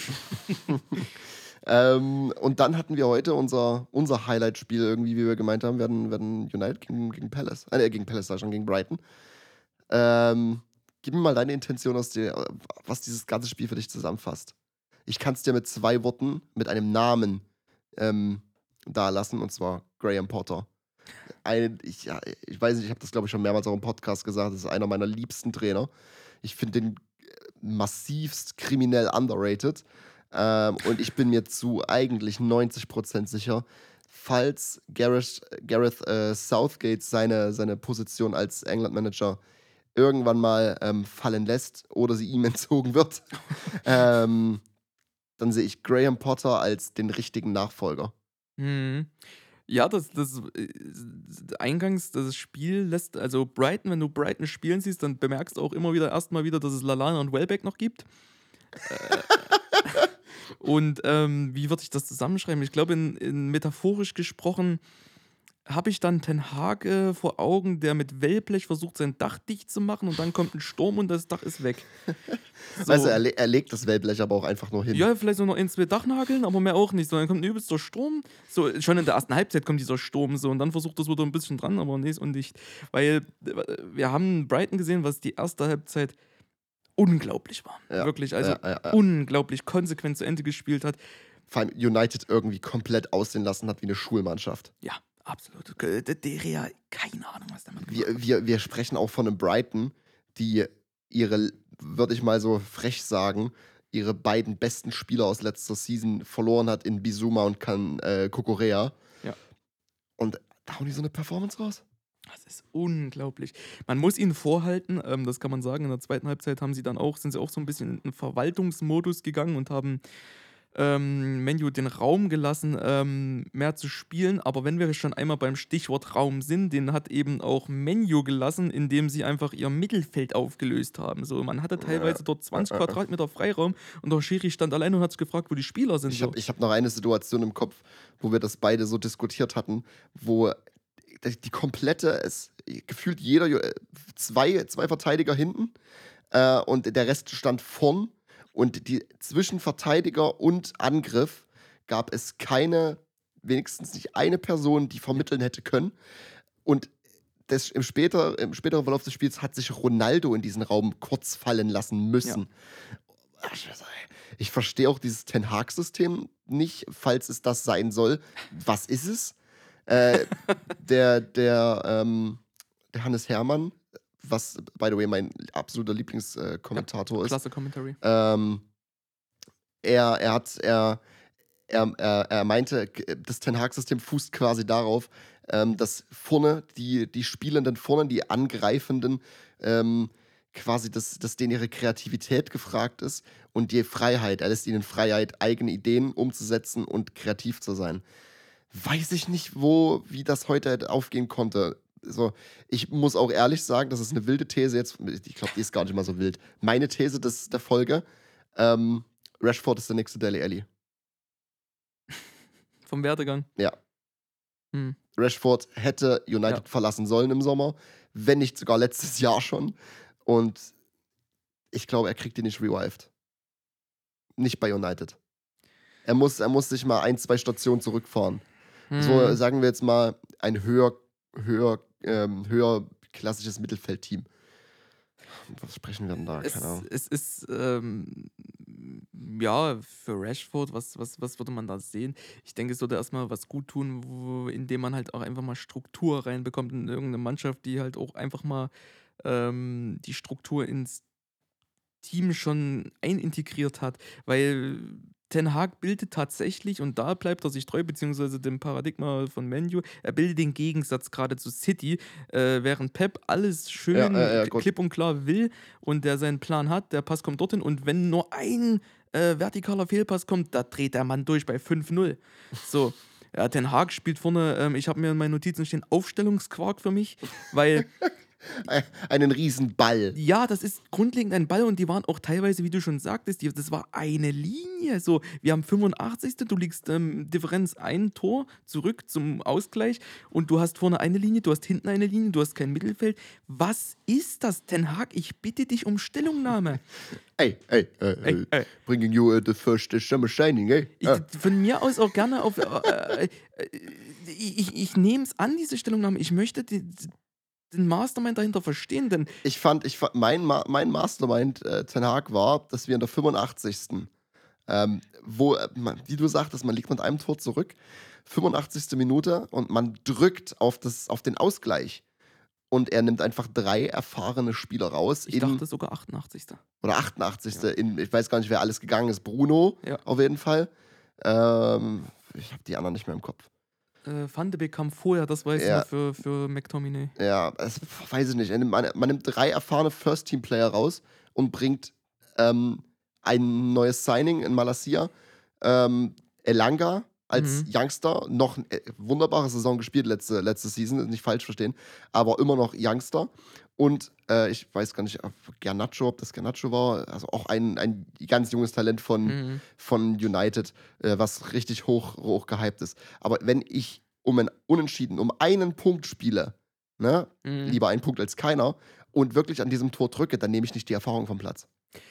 Und dann hatten wir heute unser Highlight-Spiel irgendwie, wie wir gemeint haben, werden United gegen Palace. Gegen Palace, sag ich schon, gegen Brighton. Gib mir mal deine Intention was dieses ganze Spiel für dich zusammenfasst. Ich kann es dir mit 2 Worten, mit einem Namen da lassen, und zwar Graham Potter. Ich weiß nicht, ich habe das, glaube ich, schon mehrmals auch im Podcast gesagt, das ist einer meiner liebsten Trainer. Ich finde den massivst kriminell underrated. Und ich bin mir zu eigentlich 90% sicher, falls Gareth Southgate seine Position als England-Manager irgendwann mal fallen lässt oder sie ihm entzogen wird, dann sehe ich Graham Potter als den richtigen Nachfolger. Mhm. Ja, eingangs das Spiel lässt, also Brighton, wenn du Brighton spielen siehst, dann bemerkst du auch immer wieder, erstmal wieder, dass es Lallana und Welbeck noch gibt. Und wie würde ich das zusammenschreiben? Ich glaube, in metaphorisch gesprochen habe ich dann Ten Hag vor Augen, der mit Wellblech versucht, sein Dach dicht zu machen und dann kommt ein Sturm und das Dach ist weg. So. Weißt du, er legt das Wellblech aber auch einfach nur hin. Ja, vielleicht so noch 1, 2 Dachnageln, aber mehr auch nicht. So, dann kommt ein übelster Sturm. So, schon in der ersten Halbzeit kommt dieser Sturm so und dann versucht das wieder ein bisschen dran, aber nee, und nicht. Weil wir haben Brighton gesehen, was die erste Halbzeit unglaublich war. Ja, Wirklich, also ja. unglaublich konsequent zu Ende gespielt hat. Vor allem United irgendwie komplett aussehen lassen hat wie eine Schulmannschaft. Ja, absolut. Der Real, keine Ahnung, was der Mann gemacht hat. Wir sprechen auch von einem Brighton, die ihre, würde ich mal so frech sagen, ihre beiden besten Spieler aus letzter Season verloren hat in Bissouma und Cucurella. Ja. Und da hauen die so eine Performance raus. Das ist unglaublich. Man muss ihnen vorhalten, das kann man sagen, in der zweiten Halbzeit sind sie auch so ein bisschen in den Verwaltungsmodus gegangen und haben Menu den Raum gelassen, mehr zu spielen. Aber wenn wir schon einmal beim Stichwort Raum sind, den hat eben auch Menu gelassen, indem sie einfach ihr Mittelfeld aufgelöst haben. So, man hatte teilweise dort 20 Quadratmeter Freiraum und der Schiri stand allein und hat sich gefragt, wo die Spieler sind. Ich hab noch eine Situation im Kopf, wo wir das beide so diskutiert hatten, wo die komplette, gefühlt zwei Verteidiger hinten und der Rest stand vorn. Und zwischen Verteidiger und Angriff gab es wenigstens nicht eine Person, die vermitteln hätte können. Und im späteren Verlauf des Spiels hat sich Ronaldo in diesen Raum kurz fallen lassen müssen. Ja. Ich verstehe auch dieses Ten Hag-System nicht, falls es das sein soll. Was ist es? Der Hannes Hermann, was, by the way, mein absoluter Lieblingskommentator ist. Klasse Commentary. Er meinte, das Ten Hag-System fußt quasi darauf, dass vorne die Spielenden vorne, die Angreifenden, quasi, dass denen ihre Kreativität gefragt ist und die Freiheit. Er lässt ihnen Freiheit, eigene Ideen umzusetzen und kreativ zu sein. Weiß ich nicht, wie das heute hätte aufgehen konnte. So, ich muss auch ehrlich sagen, das ist eine wilde These jetzt. Ich glaube, die ist gar nicht mal so wild. Meine These der Folge: Rashford ist der nächste Dele Alli. Vom Werdegang. Ja. Hm. Rashford hätte United verlassen sollen im Sommer, wenn nicht sogar letztes Jahr schon. Und ich glaube, er kriegt ihn nicht revived. Nicht bei United. Er muss sich mal 1-2 Stationen zurückfahren. So, sagen wir jetzt mal, ein höher klassisches Mittelfeldteam. Was sprechen wir denn da? Keine Ahnung. Es ist, für Rashford, was würde man da sehen? Ich denke, es würde erstmal was gut tun, indem man halt auch einfach mal Struktur reinbekommt in irgendeine Mannschaft, die halt auch einfach mal die Struktur ins Team schon einintegriert hat, weil Ten Hag bildet tatsächlich, und da bleibt er sich treu, beziehungsweise dem Paradigma von Man U, er bildet den Gegensatz gerade zu City, während Pep alles schön gut. klipp und klar will und der seinen Plan hat, der Pass kommt dorthin und wenn nur ein vertikaler Fehlpass kommt, da dreht der Mann durch bei 5-0. So, ja, Ten Hag spielt vorne, ich habe mir in meinen Notizen stehen, Aufstellungsquark für mich, weil Einen riesen Ball. ja, das ist grundlegend ein Ball und die waren auch teilweise, wie du schon sagtest, das war eine Linie. So, wir haben 85. Du liegst Differenz ein Tor zurück zum Ausgleich und du hast vorne eine Linie, du hast hinten eine Linie, du hast kein Mittelfeld. Was ist das, Ten Hag? Ich bitte dich um Stellungnahme. Ey. Bringing you the first summer shining, ey. Von mir aus auch gerne auf. Ich nehme es an, diese Stellungnahme. Ich möchte den Mastermind dahinter verstehen, denn Ich fand mein Mastermind Ten Hag war, dass wir in der 85. Wie du sagtest, man liegt mit einem Tor zurück, 85. Minute und man drückt auf den Ausgleich. Und er nimmt einfach 3 erfahrene Spieler raus. ich dachte sogar 88. Oder 88. Ja. Ich weiß gar nicht, wer alles gegangen ist. Bruno, Ja. auf jeden Fall. Ich habe die anderen nicht mehr im Kopf. Van de Beek kam vorher, das weiß Ja. ich noch für McTominay. Ja, weiß ich nicht. Man nimmt 3 erfahrene First-Team-Player raus und bringt ein neues Signing in Malasia. Elanga als Youngster, noch wunderbare Saison gespielt letzte Season, nicht falsch verstehen, aber immer noch Youngster. Und ich weiß gar nicht, ob das Garnacho war, also auch ein ganz junges Talent von United, was richtig hoch gehypt ist. Aber wenn ich um einen Punkt spiele, ne, lieber einen Punkt als keiner, und wirklich an diesem Tor drücke, dann nehme ich nicht die Erfahrung vom Platz.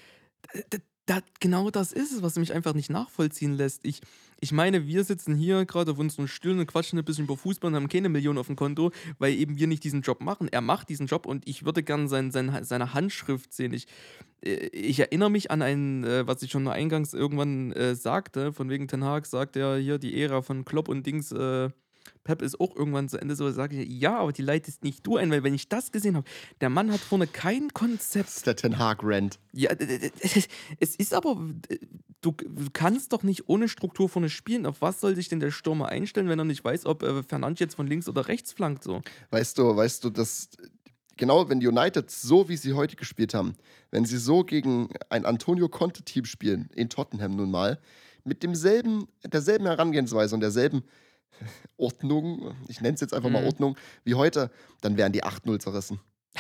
Genau das ist es, was mich einfach nicht nachvollziehen lässt. Ich meine, wir sitzen hier gerade auf unseren Stühlen und quatschen ein bisschen über Fußball und haben keine Million auf dem Konto, weil eben wir nicht diesen Job machen. Er macht diesen Job und ich würde gerne seine Handschrift sehen. Ich erinnere mich an was ich schon eingangs irgendwann sagte, von wegen Ten Hag sagt er hier die Ära von Klopp und Dings, Pep ist auch irgendwann zu Ende, so sage ich, ja, aber die leitest nicht du ein, weil wenn ich das gesehen habe, der Mann hat vorne kein Konzept. Das ist der Ten Hag-Rant. Ja, es ist aber, du kannst doch nicht ohne Struktur vorne spielen. Auf was soll sich denn der Stürmer einstellen, wenn er nicht weiß, ob Fernandes jetzt von links oder rechts flankt? So? Weißt du, dass genau, wenn die United so, wie sie heute gespielt haben, wenn sie so gegen ein Antonio Conte-Team spielen, in Tottenham nun mal, mit derselben Herangehensweise und derselben Ordnung, ich nenne es jetzt einfach mal Ordnung, wie heute, dann wären die 8-0 zerrissen.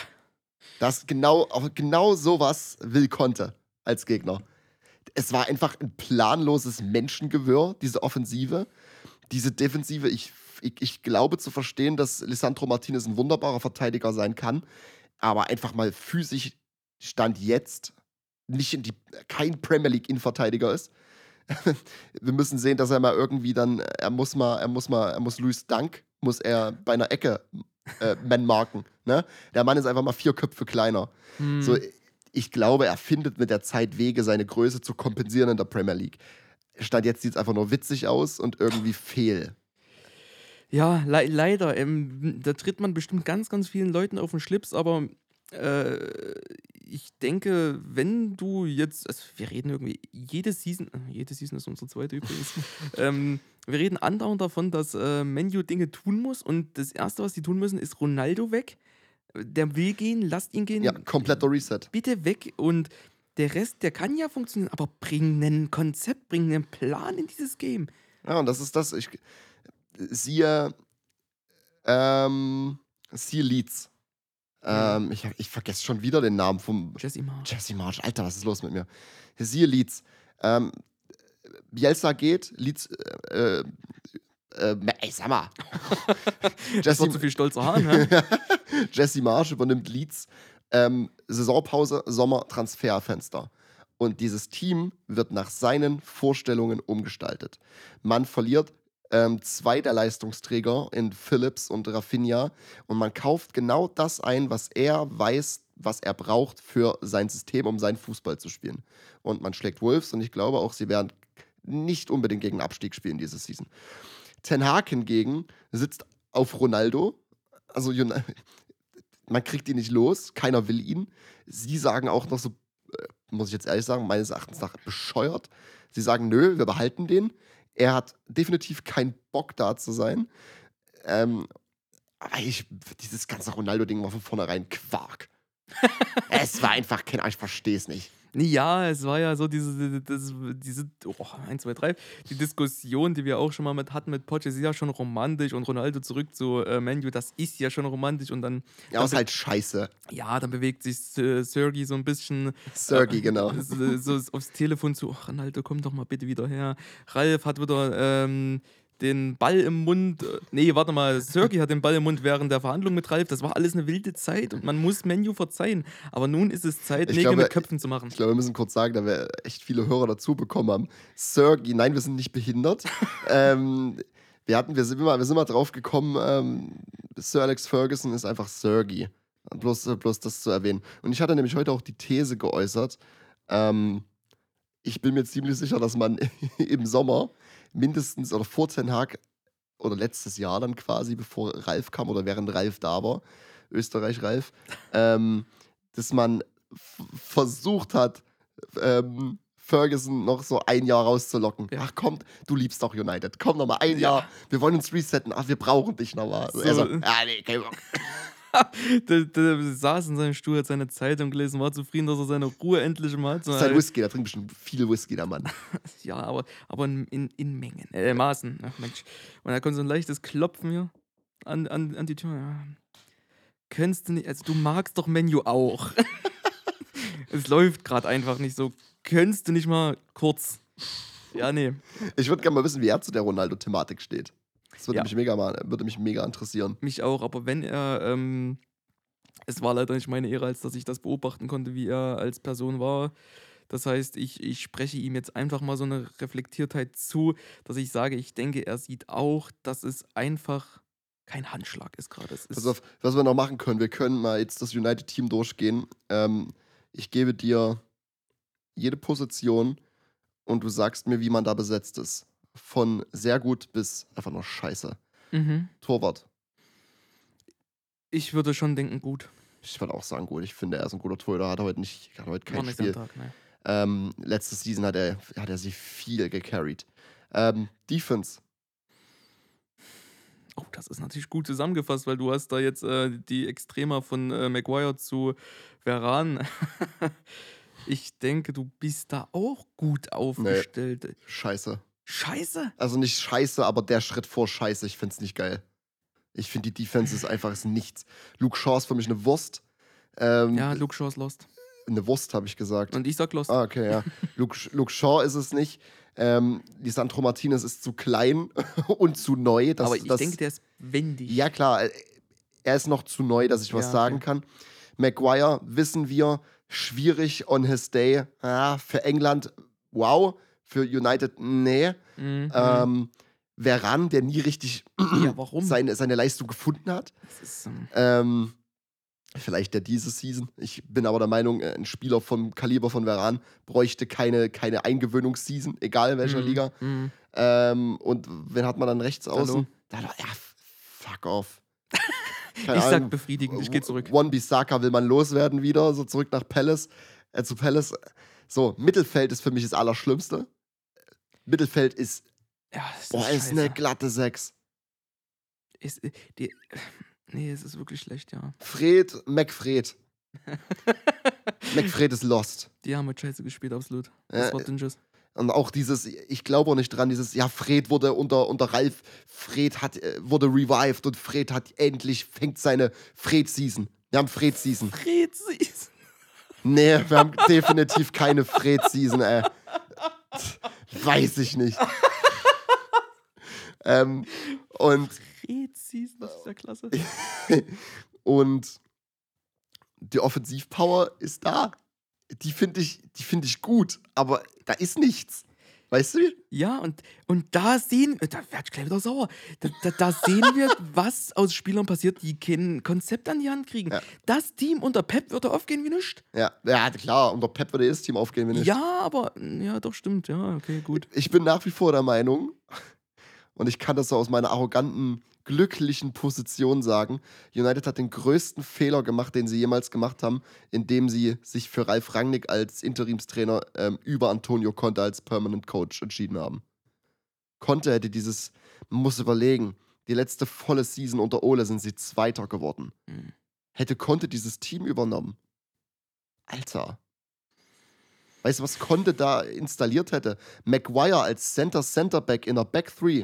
Genau sowas will Conte als Gegner. Es war einfach ein planloses Menschengewirr, diese Offensive. Diese Defensive, ich glaube zu verstehen, dass Lisandro Martinez ein wunderbarer Verteidiger sein kann, aber einfach mal physisch Stand jetzt kein Premier League Innenverteidiger ist. Wir müssen sehen, dass er mal irgendwie dann, er muss Luis Dunk, muss er bei einer Ecke Man marken. Ne? Der Mann ist einfach mal 4 Köpfe kleiner. So, ich glaube, er findet mit der Zeit Wege, seine Größe zu kompensieren in der Premier League. Stand jetzt sieht es einfach nur witzig aus und irgendwie fehl. Ja, leider. Da tritt man bestimmt ganz, ganz vielen Leuten auf den Schlips, aber ich denke, wenn du jetzt, also wir reden irgendwie jede Season ist unsere zweite übrigens, wir reden andauernd davon, dass Man U Dinge tun muss und das Erste, was die tun müssen, ist Ronaldo weg. Der will gehen, lasst ihn gehen. Ja, kompletter Reset. Bitte weg. Und der Rest, der kann ja funktionieren, aber bring ein Konzept, bring einen Plan in dieses Game. Ja, und das ist das. Siehe Leeds. Ich vergesse schon wieder den Namen vom Jesse Marsch. Jesse Marsch. Alter, was ist los mit mir? Siehe Leeds. Bielsa geht, Leeds, ey, sag mal. Das war zu viel stolzer Hahn, ne? Jesse Marsch übernimmt Leeds. Saisonpause, Sommer, Transferfenster. Und dieses Team wird nach seinen Vorstellungen umgestaltet. Man verliert 2 der Leistungsträger in Phillips und Rafinha und man kauft genau das ein, was er weiß, was er braucht für sein System, um seinen Fußball zu spielen. Und man schlägt Wolves und ich glaube auch, sie werden nicht unbedingt gegen den Abstieg spielen diese Season. Ten Hag hingegen sitzt auf Ronaldo. Also man kriegt ihn nicht los, keiner will ihn. Sie sagen auch noch so, muss ich jetzt ehrlich sagen, meines Erachtens nach bescheuert. Sie sagen, nö, wir behalten den. Er hat definitiv keinen Bock da zu sein. Aber dieses ganze Ronaldo-Ding war von vornherein Quark. Es war einfach ich verstehe es nicht. Ja, es war ja so diese 1, 2, 3, die Diskussion, die wir auch schon mal hatten mit Poch, ist ja schon romantisch und Ronaldo zurück zu Man U, das ist ja schon romantisch und dann... Ja, ist halt scheiße. Ja, dann bewegt sich Sergi so ein bisschen... Sergi, genau. So aufs Telefon zu, Ronaldo, komm doch mal bitte wieder her. Ralf hat wieder... den Ball im Mund. Nee, warte mal, Sergi hat den Ball im Mund während der Verhandlung mit Ralf. Das war alles eine wilde Zeit und man muss Man U verzeihen. Aber nun ist es Zeit, Nägel mit Köpfen zu machen. Ich glaube, wir müssen kurz sagen, da wir echt viele Hörer dazu bekommen haben. Sergi, nein, wir sind nicht behindert. Wir sind mal drauf gekommen, Sir Alex Ferguson ist einfach Sergi. Bloß das zu erwähnen. Und ich hatte nämlich heute auch die These geäußert. Ich bin mir ziemlich sicher, dass man im Sommer mindestens oder vor Ten Hag oder letztes Jahr dann quasi, bevor Ralf kam oder während Ralf da war, Österreich Ralf, dass man versucht hat, Ferguson noch so ein Jahr rauszulocken. Ja. Ach komm, du liebst doch United. Komm noch mal ein Jahr. Wir wollen uns resetten. Ach, wir brauchen dich noch mal. So. Er so, nee, kein Bock. der saß in seinem Stuhl, hat seine Zeitung gelesen, war zufrieden, dass er seine Ruhe endlich mal hat. Das ist halt Whisky, da trinkt bestimmt viel Whisky, der Mann. Ja, aber in Mengen, Maßen. Ach, Mensch. Und da kommt so ein leichtes Klopfen hier an die Tür. Ja. Könntest du nicht, also du magst doch Menu auch. Es läuft gerade einfach nicht so. Könntest du nicht mal kurz. Ja, nee. Ich würde gerne mal wissen, wie er zu der Ronaldo-Thematik steht. Das würde Ja. mich mega interessieren. Mich auch, aber wenn er, es war leider nicht meine Ehre, als dass ich das beobachten konnte, wie er als Person war. Das heißt, ich spreche ihm jetzt einfach mal so eine Reflektiertheit zu, dass ich sage, ich denke, er sieht auch, dass es einfach kein Handschlag ist gerade. Pass auf, was wir noch machen können, wir können mal jetzt das United-Team durchgehen. Ich gebe dir jede Position und du sagst mir, wie man da besetzt ist. Von sehr gut bis einfach nur scheiße. Torwart. Ich würde schon denken, gut. Ich würde auch sagen, gut. Ich finde, er ist ein guter Torhüter. Hat heute kein War nicht Spiel. am Tag, ne. Letzte Season hat er sie viel gecarried. Defense. Oh, das ist natürlich gut zusammengefasst, weil du hast da jetzt die Extremer von Maguire zu Varane. Ich denke, du bist da auch gut aufgestellt. Nee, scheiße. Scheiße? Also nicht scheiße, aber der Schritt vor scheiße, ich find's nicht geil. Ich finde, die Defense ist nichts. Luke Shaw ist für mich eine Wurst. Ja, Luke Shaw ist lost. Eine Wurst, habe ich gesagt. Und ich sag lost. Ah, okay, ja. Luke Shaw ist es nicht. Lisandro Martinez ist zu klein und zu neu. Aber ich denke, der ist wendig. Ja, klar. Er ist noch zu neu, dass ich was sagen kann. Maguire, wissen wir, schwierig on his day. Für England, wow. Für United, nee. Varane, der nie richtig warum? seine Leistung gefunden hat. Das ist, vielleicht der diese Season. Ich bin aber der Meinung, ein Spieler vom Kaliber von Varane bräuchte keine Eingewöhnungsseason, egal in welcher Liga. Und wen hat man dann rechts außen? Ja, fuck off. Ich sag befriedigend, ich geh zurück. Wan-Bissaka will man loswerden wieder, so zurück nach Palace. Zu Palace. So, Mittelfeld ist für mich das Allerschlimmste. Mittelfeld ist, Ja, das ist eine glatte 6. Nee, es ist wirklich schlecht, ja. McFred. McFred ist lost. Die haben mit Scheiße gespielt, absolut. Das war Dinges. Und auch dieses, ich glaube auch nicht dran, Fred wurde unter Ralf, wurde revived und Fred hat endlich, fängt seine Fred-Season. Wir haben Fred-Season. Fred-Season. Nee, wir haben definitiv keine Fred-Season, ey. Weiß ich nicht. Und Fred-Season, das ist ja klasse. und die Offensivpower ist da. Die finde ich gut, aber da ist nichts. Weißt du? Ja, und da sehen, da werd ich gleich wieder sauer. Da sehen wir, was aus Spielern passiert, die kein Konzept an die Hand kriegen. Ja. Das Team unter Pep würde aufgehen wie nichts. Ja, klar, unter Pep würde das Team aufgehen, wenn nicht. Ja, aber, ja, doch, stimmt. Ja, okay, gut. Ich bin nach wie vor der Meinung, und ich kann das so aus meiner arroganten, glücklichen Position sagen, United hat den größten Fehler gemacht, den sie jemals gemacht haben, indem sie sich für Ralf Rangnick als Interimstrainer über Antonio Conte als Permanent Coach entschieden haben. Conte hätte man muss überlegen, die letzte volle Season unter Ole sind sie Zweiter geworden. Hätte Conte dieses Team übernommen? Alter. Weißt du, was Conte da installiert hätte? Maguire als Center-Back in der Back 3.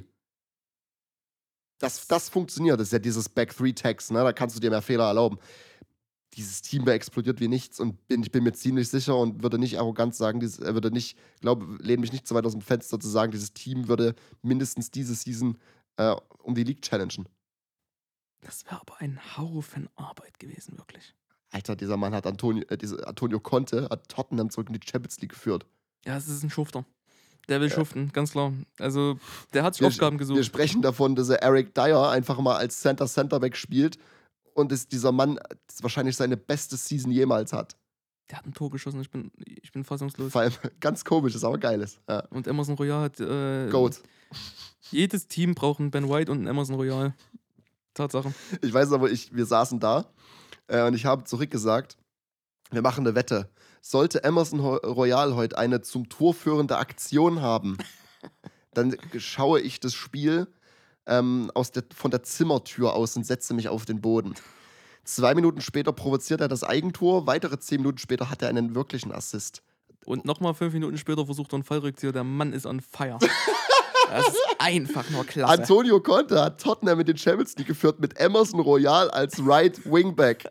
Das funktioniert. Das ist ja dieses Back-3-Tags, ne? Da kannst du dir mehr Fehler erlauben. Dieses Team wäre explodiert wie nichts und ich bin mir ziemlich sicher und würde nicht arrogant sagen, lehne mich nicht zu weit aus dem Fenster zu sagen, dieses Team würde mindestens diese Season um die League challengen. Das wäre aber ein Haufen Arbeit gewesen, wirklich. Alter, dieser Mann hat Antonio Conte hat Tottenham zurück in die Champions League geführt. Ja, es ist ein Schufter. Der will schuften, ganz klar. Also, der hat sich Aufgaben gesucht. Wir sprechen davon, dass er Eric Dyer einfach mal als Center-Back spielt und dass dieser Mann wahrscheinlich seine beste Season jemals hat. Der hat ein Tor geschossen, ich bin fassungslos. Vor allem ganz komisch, ist aber geiles. Ja. Und Emerson Royal hat... Goat. Jedes Team braucht einen Ben White und einen Emerson Royal. Tatsache. Ich weiß aber, wir saßen da und ich habe zurückgesagt, wir machen eine Wette. Sollte Emerson Royal heute eine zum Tor führende Aktion haben, dann schaue ich das Spiel von der Zimmertür aus und setze mich auf den Boden. 2 Minuten später provoziert er das Eigentor, weitere 10 Minuten später hat er einen wirklichen Assist. Und nochmal 5 Minuten später versucht er einen Fallrückzieher. Der Mann ist on fire. Das ist einfach nur klasse. Antonio Conte hat Tottenham in den Champions League geführt mit Emerson Royal als Right Wingback.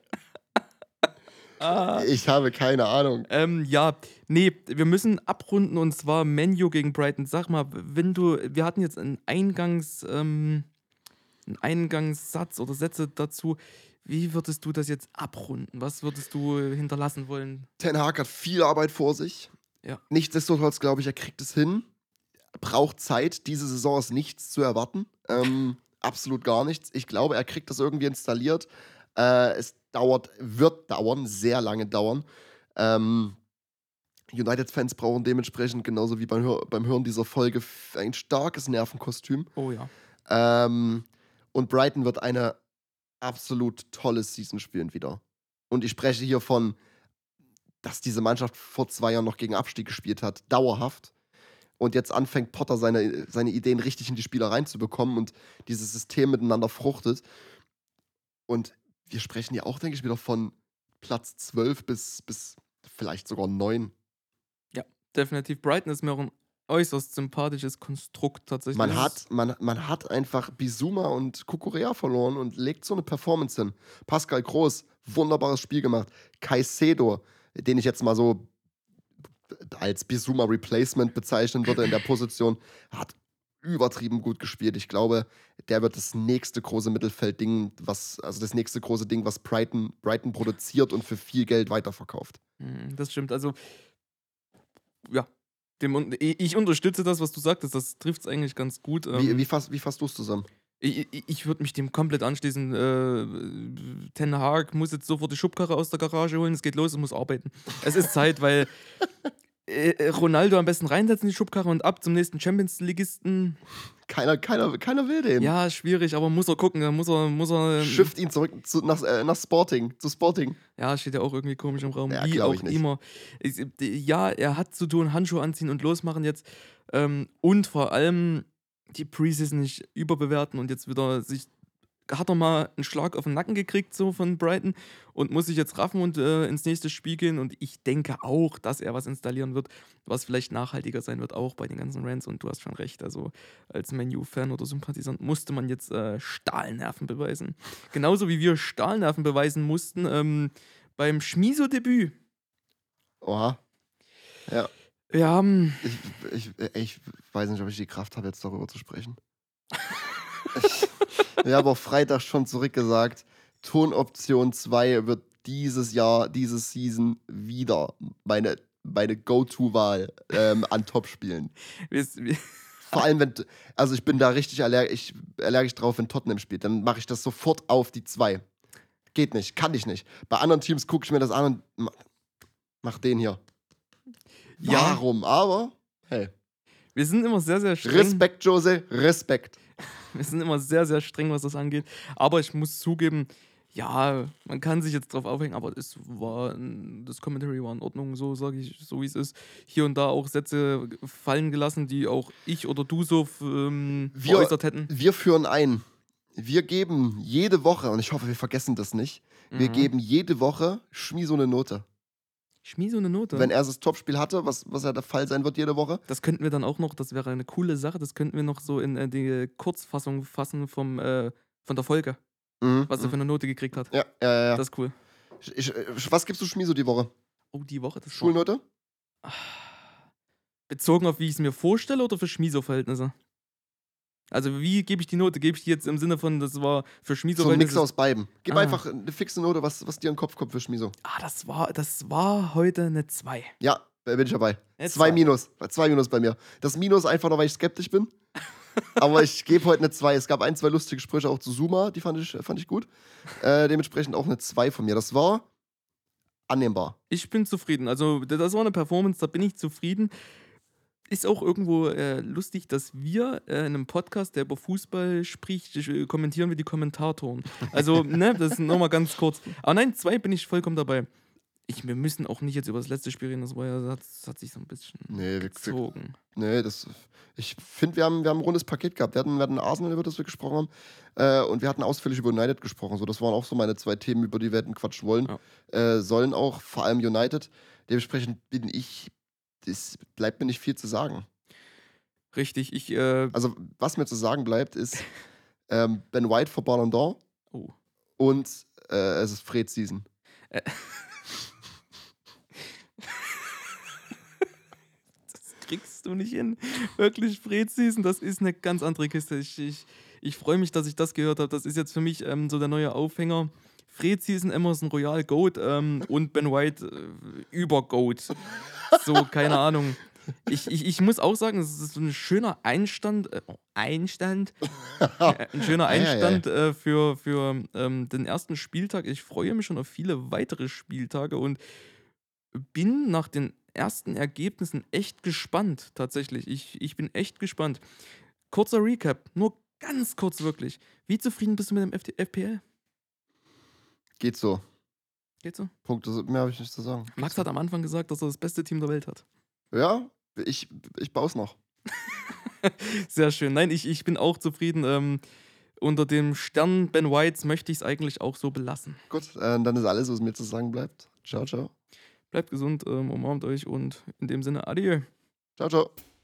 Ich habe keine Ahnung. Wir müssen abrunden und zwar Man U gegen Brighton. Sag mal, wir hatten jetzt einen Eingangssatz oder Sätze dazu. Wie würdest du das jetzt abrunden? Was würdest du hinterlassen wollen? Ten Hag hat viel Arbeit vor sich. Ja. Nichtsdestotrotz glaube ich, er kriegt es hin. Braucht Zeit. Diese Saison ist nichts zu erwarten. Absolut gar nichts. Ich glaube, er kriegt das irgendwie installiert. Es wird dauern, sehr lange dauern. United-Fans brauchen dementsprechend, genauso wie beim Hören dieser Folge, ein starkes Nervenkostüm. Oh ja. Und Brighton wird eine absolut tolle Season spielen wieder. Und ich spreche hier von, dass diese Mannschaft vor 2 Jahren noch gegen Abstieg gespielt hat, dauerhaft. Und jetzt anfängt Potter seine Ideen richtig in die Spieler reinzubekommen und dieses System miteinander fruchtet. Und wir sprechen ja auch, denke ich, wieder von Platz 12 bis vielleicht sogar 9. Ja, definitiv. Brighton ist mir auch ein äußerst sympathisches Konstrukt tatsächlich. Man hat einfach Bissouma und Cucurella verloren und legt so eine Performance hin. Pascal Groß, wunderbares Spiel gemacht. Caicedo, den ich jetzt mal so als Bissouma Replacement bezeichnen würde in der Position, hat übertrieben gut gespielt. Ich glaube, der wird das nächste große Mittelfeldding, das nächste große Ding, was Brighton produziert und für viel Geld weiterverkauft. Das stimmt. Also, ja. Ich unterstütze das, was du sagtest. Das trifft es eigentlich ganz gut. Wie fasst du es zusammen? Ich würde mich dem komplett anschließen. Ten Hag muss jetzt sofort die Schubkarre aus der Garage holen. Es geht los, es muss arbeiten. Es ist Zeit, weil Ronaldo am besten reinsetzen in die Schubkarre und ab zum nächsten Champions-Ligisten. Keiner will den. Ja, schwierig, aber muss er gucken. Muss er Schifft ihn zurück nach Sporting, zu Sporting. Ja, steht ja auch irgendwie komisch im Raum. Ja, wie auch ich nicht. immer. Ja, er hat zu tun, Handschuhe anziehen und losmachen jetzt. Und vor allem die Preseason nicht überbewerten und jetzt wieder sich hat er mal einen Schlag auf den Nacken gekriegt, so von Brighton, und muss sich jetzt raffen und ins nächste Spiel gehen. Und ich denke auch, dass er was installieren wird, was vielleicht nachhaltiger sein wird, auch bei den ganzen Rants. Und du hast schon recht, also als Man-U-Fan oder Sympathisant musste man jetzt Stahlnerven beweisen. Genauso wie wir Stahlnerven beweisen mussten beim Schmiso-Debüt. Oha. Ja. Wir haben. Ich weiß nicht, ob ich die Kraft habe, jetzt darüber zu sprechen. Ich habe auch Freitag schon zurückgesagt, Tonoption 2 wird dieses Jahr, diese Season wieder meine Go-To-Wahl an Topspielen. Vor allem, also ich bin da richtig allergisch drauf, wenn Tottenham spielt. Dann mache ich das sofort auf die 2. Geht nicht, kann ich nicht. Bei anderen Teams gucke ich mir das an und mach den hier. Ja. Warum? Aber, hey. Wir sind immer sehr, sehr streng. Respekt, Jose, Respekt. Wir sind immer sehr, sehr streng, was das angeht. Aber ich muss zugeben, ja, man kann sich jetzt drauf aufhängen, aber das Commentary war in Ordnung, so sage ich, so wie es ist. Hier und da auch Sätze fallen gelassen, die auch ich oder du so veräußert hätten. Wir führen ein. Wir geben jede Woche, und ich hoffe, wir vergessen das nicht, wir geben jede Woche Schmi so eine Note. Schmi so eine Note? Wenn er das Topspiel hatte, was ja der Fall sein wird jede Woche. Das könnten wir dann auch noch, das wäre eine coole Sache, das könnten wir noch so in die Kurzfassung fassen von der Folge, was er für eine Note gekriegt hat. Ja. Das ist cool. Was gibst du Schmi so die Woche? Oh, die Woche? Das Schulnote? Bezogen auf, wie ich es mir vorstelle, oder für Schmiso-Verhältnisse? Also wie gebe ich die Note? Gebe ich die jetzt im Sinne von, das war für Schmiso? So ein Mix aus beiden. Gib einfach eine fixe Note, was dir in den Kopf kommt für Schmiso. Das war heute eine 2. Ja, bin ich dabei. Eine 2 Minus. 2 Minus bei mir. Das Minus einfach nur, weil ich skeptisch bin. Aber ich gebe heute eine 2. Es gab 1, 2 lustige Sprüche auch zu Zuma, die fand ich gut. Dementsprechend auch eine 2 von mir. Das war annehmbar. Ich bin zufrieden. Also das war eine Performance, da bin ich zufrieden. Ist auch irgendwo lustig, dass wir in einem Podcast, der über Fußball spricht, kommentieren wir die Kommentatoren. Also, das ist nochmal ganz kurz. Aber nein, 2 bin ich vollkommen dabei. Wir müssen auch nicht jetzt über das letzte Spiel reden, das hat sich so ein bisschen gezogen. Ich finde, wir haben ein rundes Paket gehabt. Wir hatten Arsenal, über das wir gesprochen haben, und wir hatten ausführlich über United gesprochen. So, das waren auch so meine 2 Themen, über die wir hätten quatschen wollen. Ja. Sollen auch, vor allem United. Dementsprechend es bleibt mir nicht viel zu sagen. Richtig, also, was mir zu sagen bleibt, ist Ben White vor Ballon d'Or. Oh. Und es ist Fred-Season. Das kriegst du nicht hin. Wirklich, Fred-Season, das ist eine ganz andere Kiste. Ich freue mich, dass ich das gehört habe. Das ist jetzt für mich so der neue Aufhänger. Fred-Season, Emerson Royal, Goat und Ben White über Goat. So, keine Ahnung. Ich muss auch sagen, es ist ein schöner Einstand. Ein schöner Einstand für den ersten Spieltag. Ich freue mich schon auf viele weitere Spieltage und bin nach den ersten Ergebnissen echt gespannt, tatsächlich. Ich bin echt gespannt. Kurzer Recap, nur ganz kurz wirklich. Wie zufrieden bist du mit dem FPL? Geht so. Geht so? Punkt, mehr habe ich nicht zu sagen. Max hat am Anfang gesagt, dass er das beste Team der Welt hat. Ja, ich baue es noch. Sehr schön. Nein, ich bin auch zufrieden. Unter dem Stern Ben Whites möchte ich es eigentlich auch so belassen. Gut, dann ist alles, was mir zu sagen bleibt. Ciao, ciao. Bleibt gesund, umarmt euch und in dem Sinne, adieu. Ciao, ciao.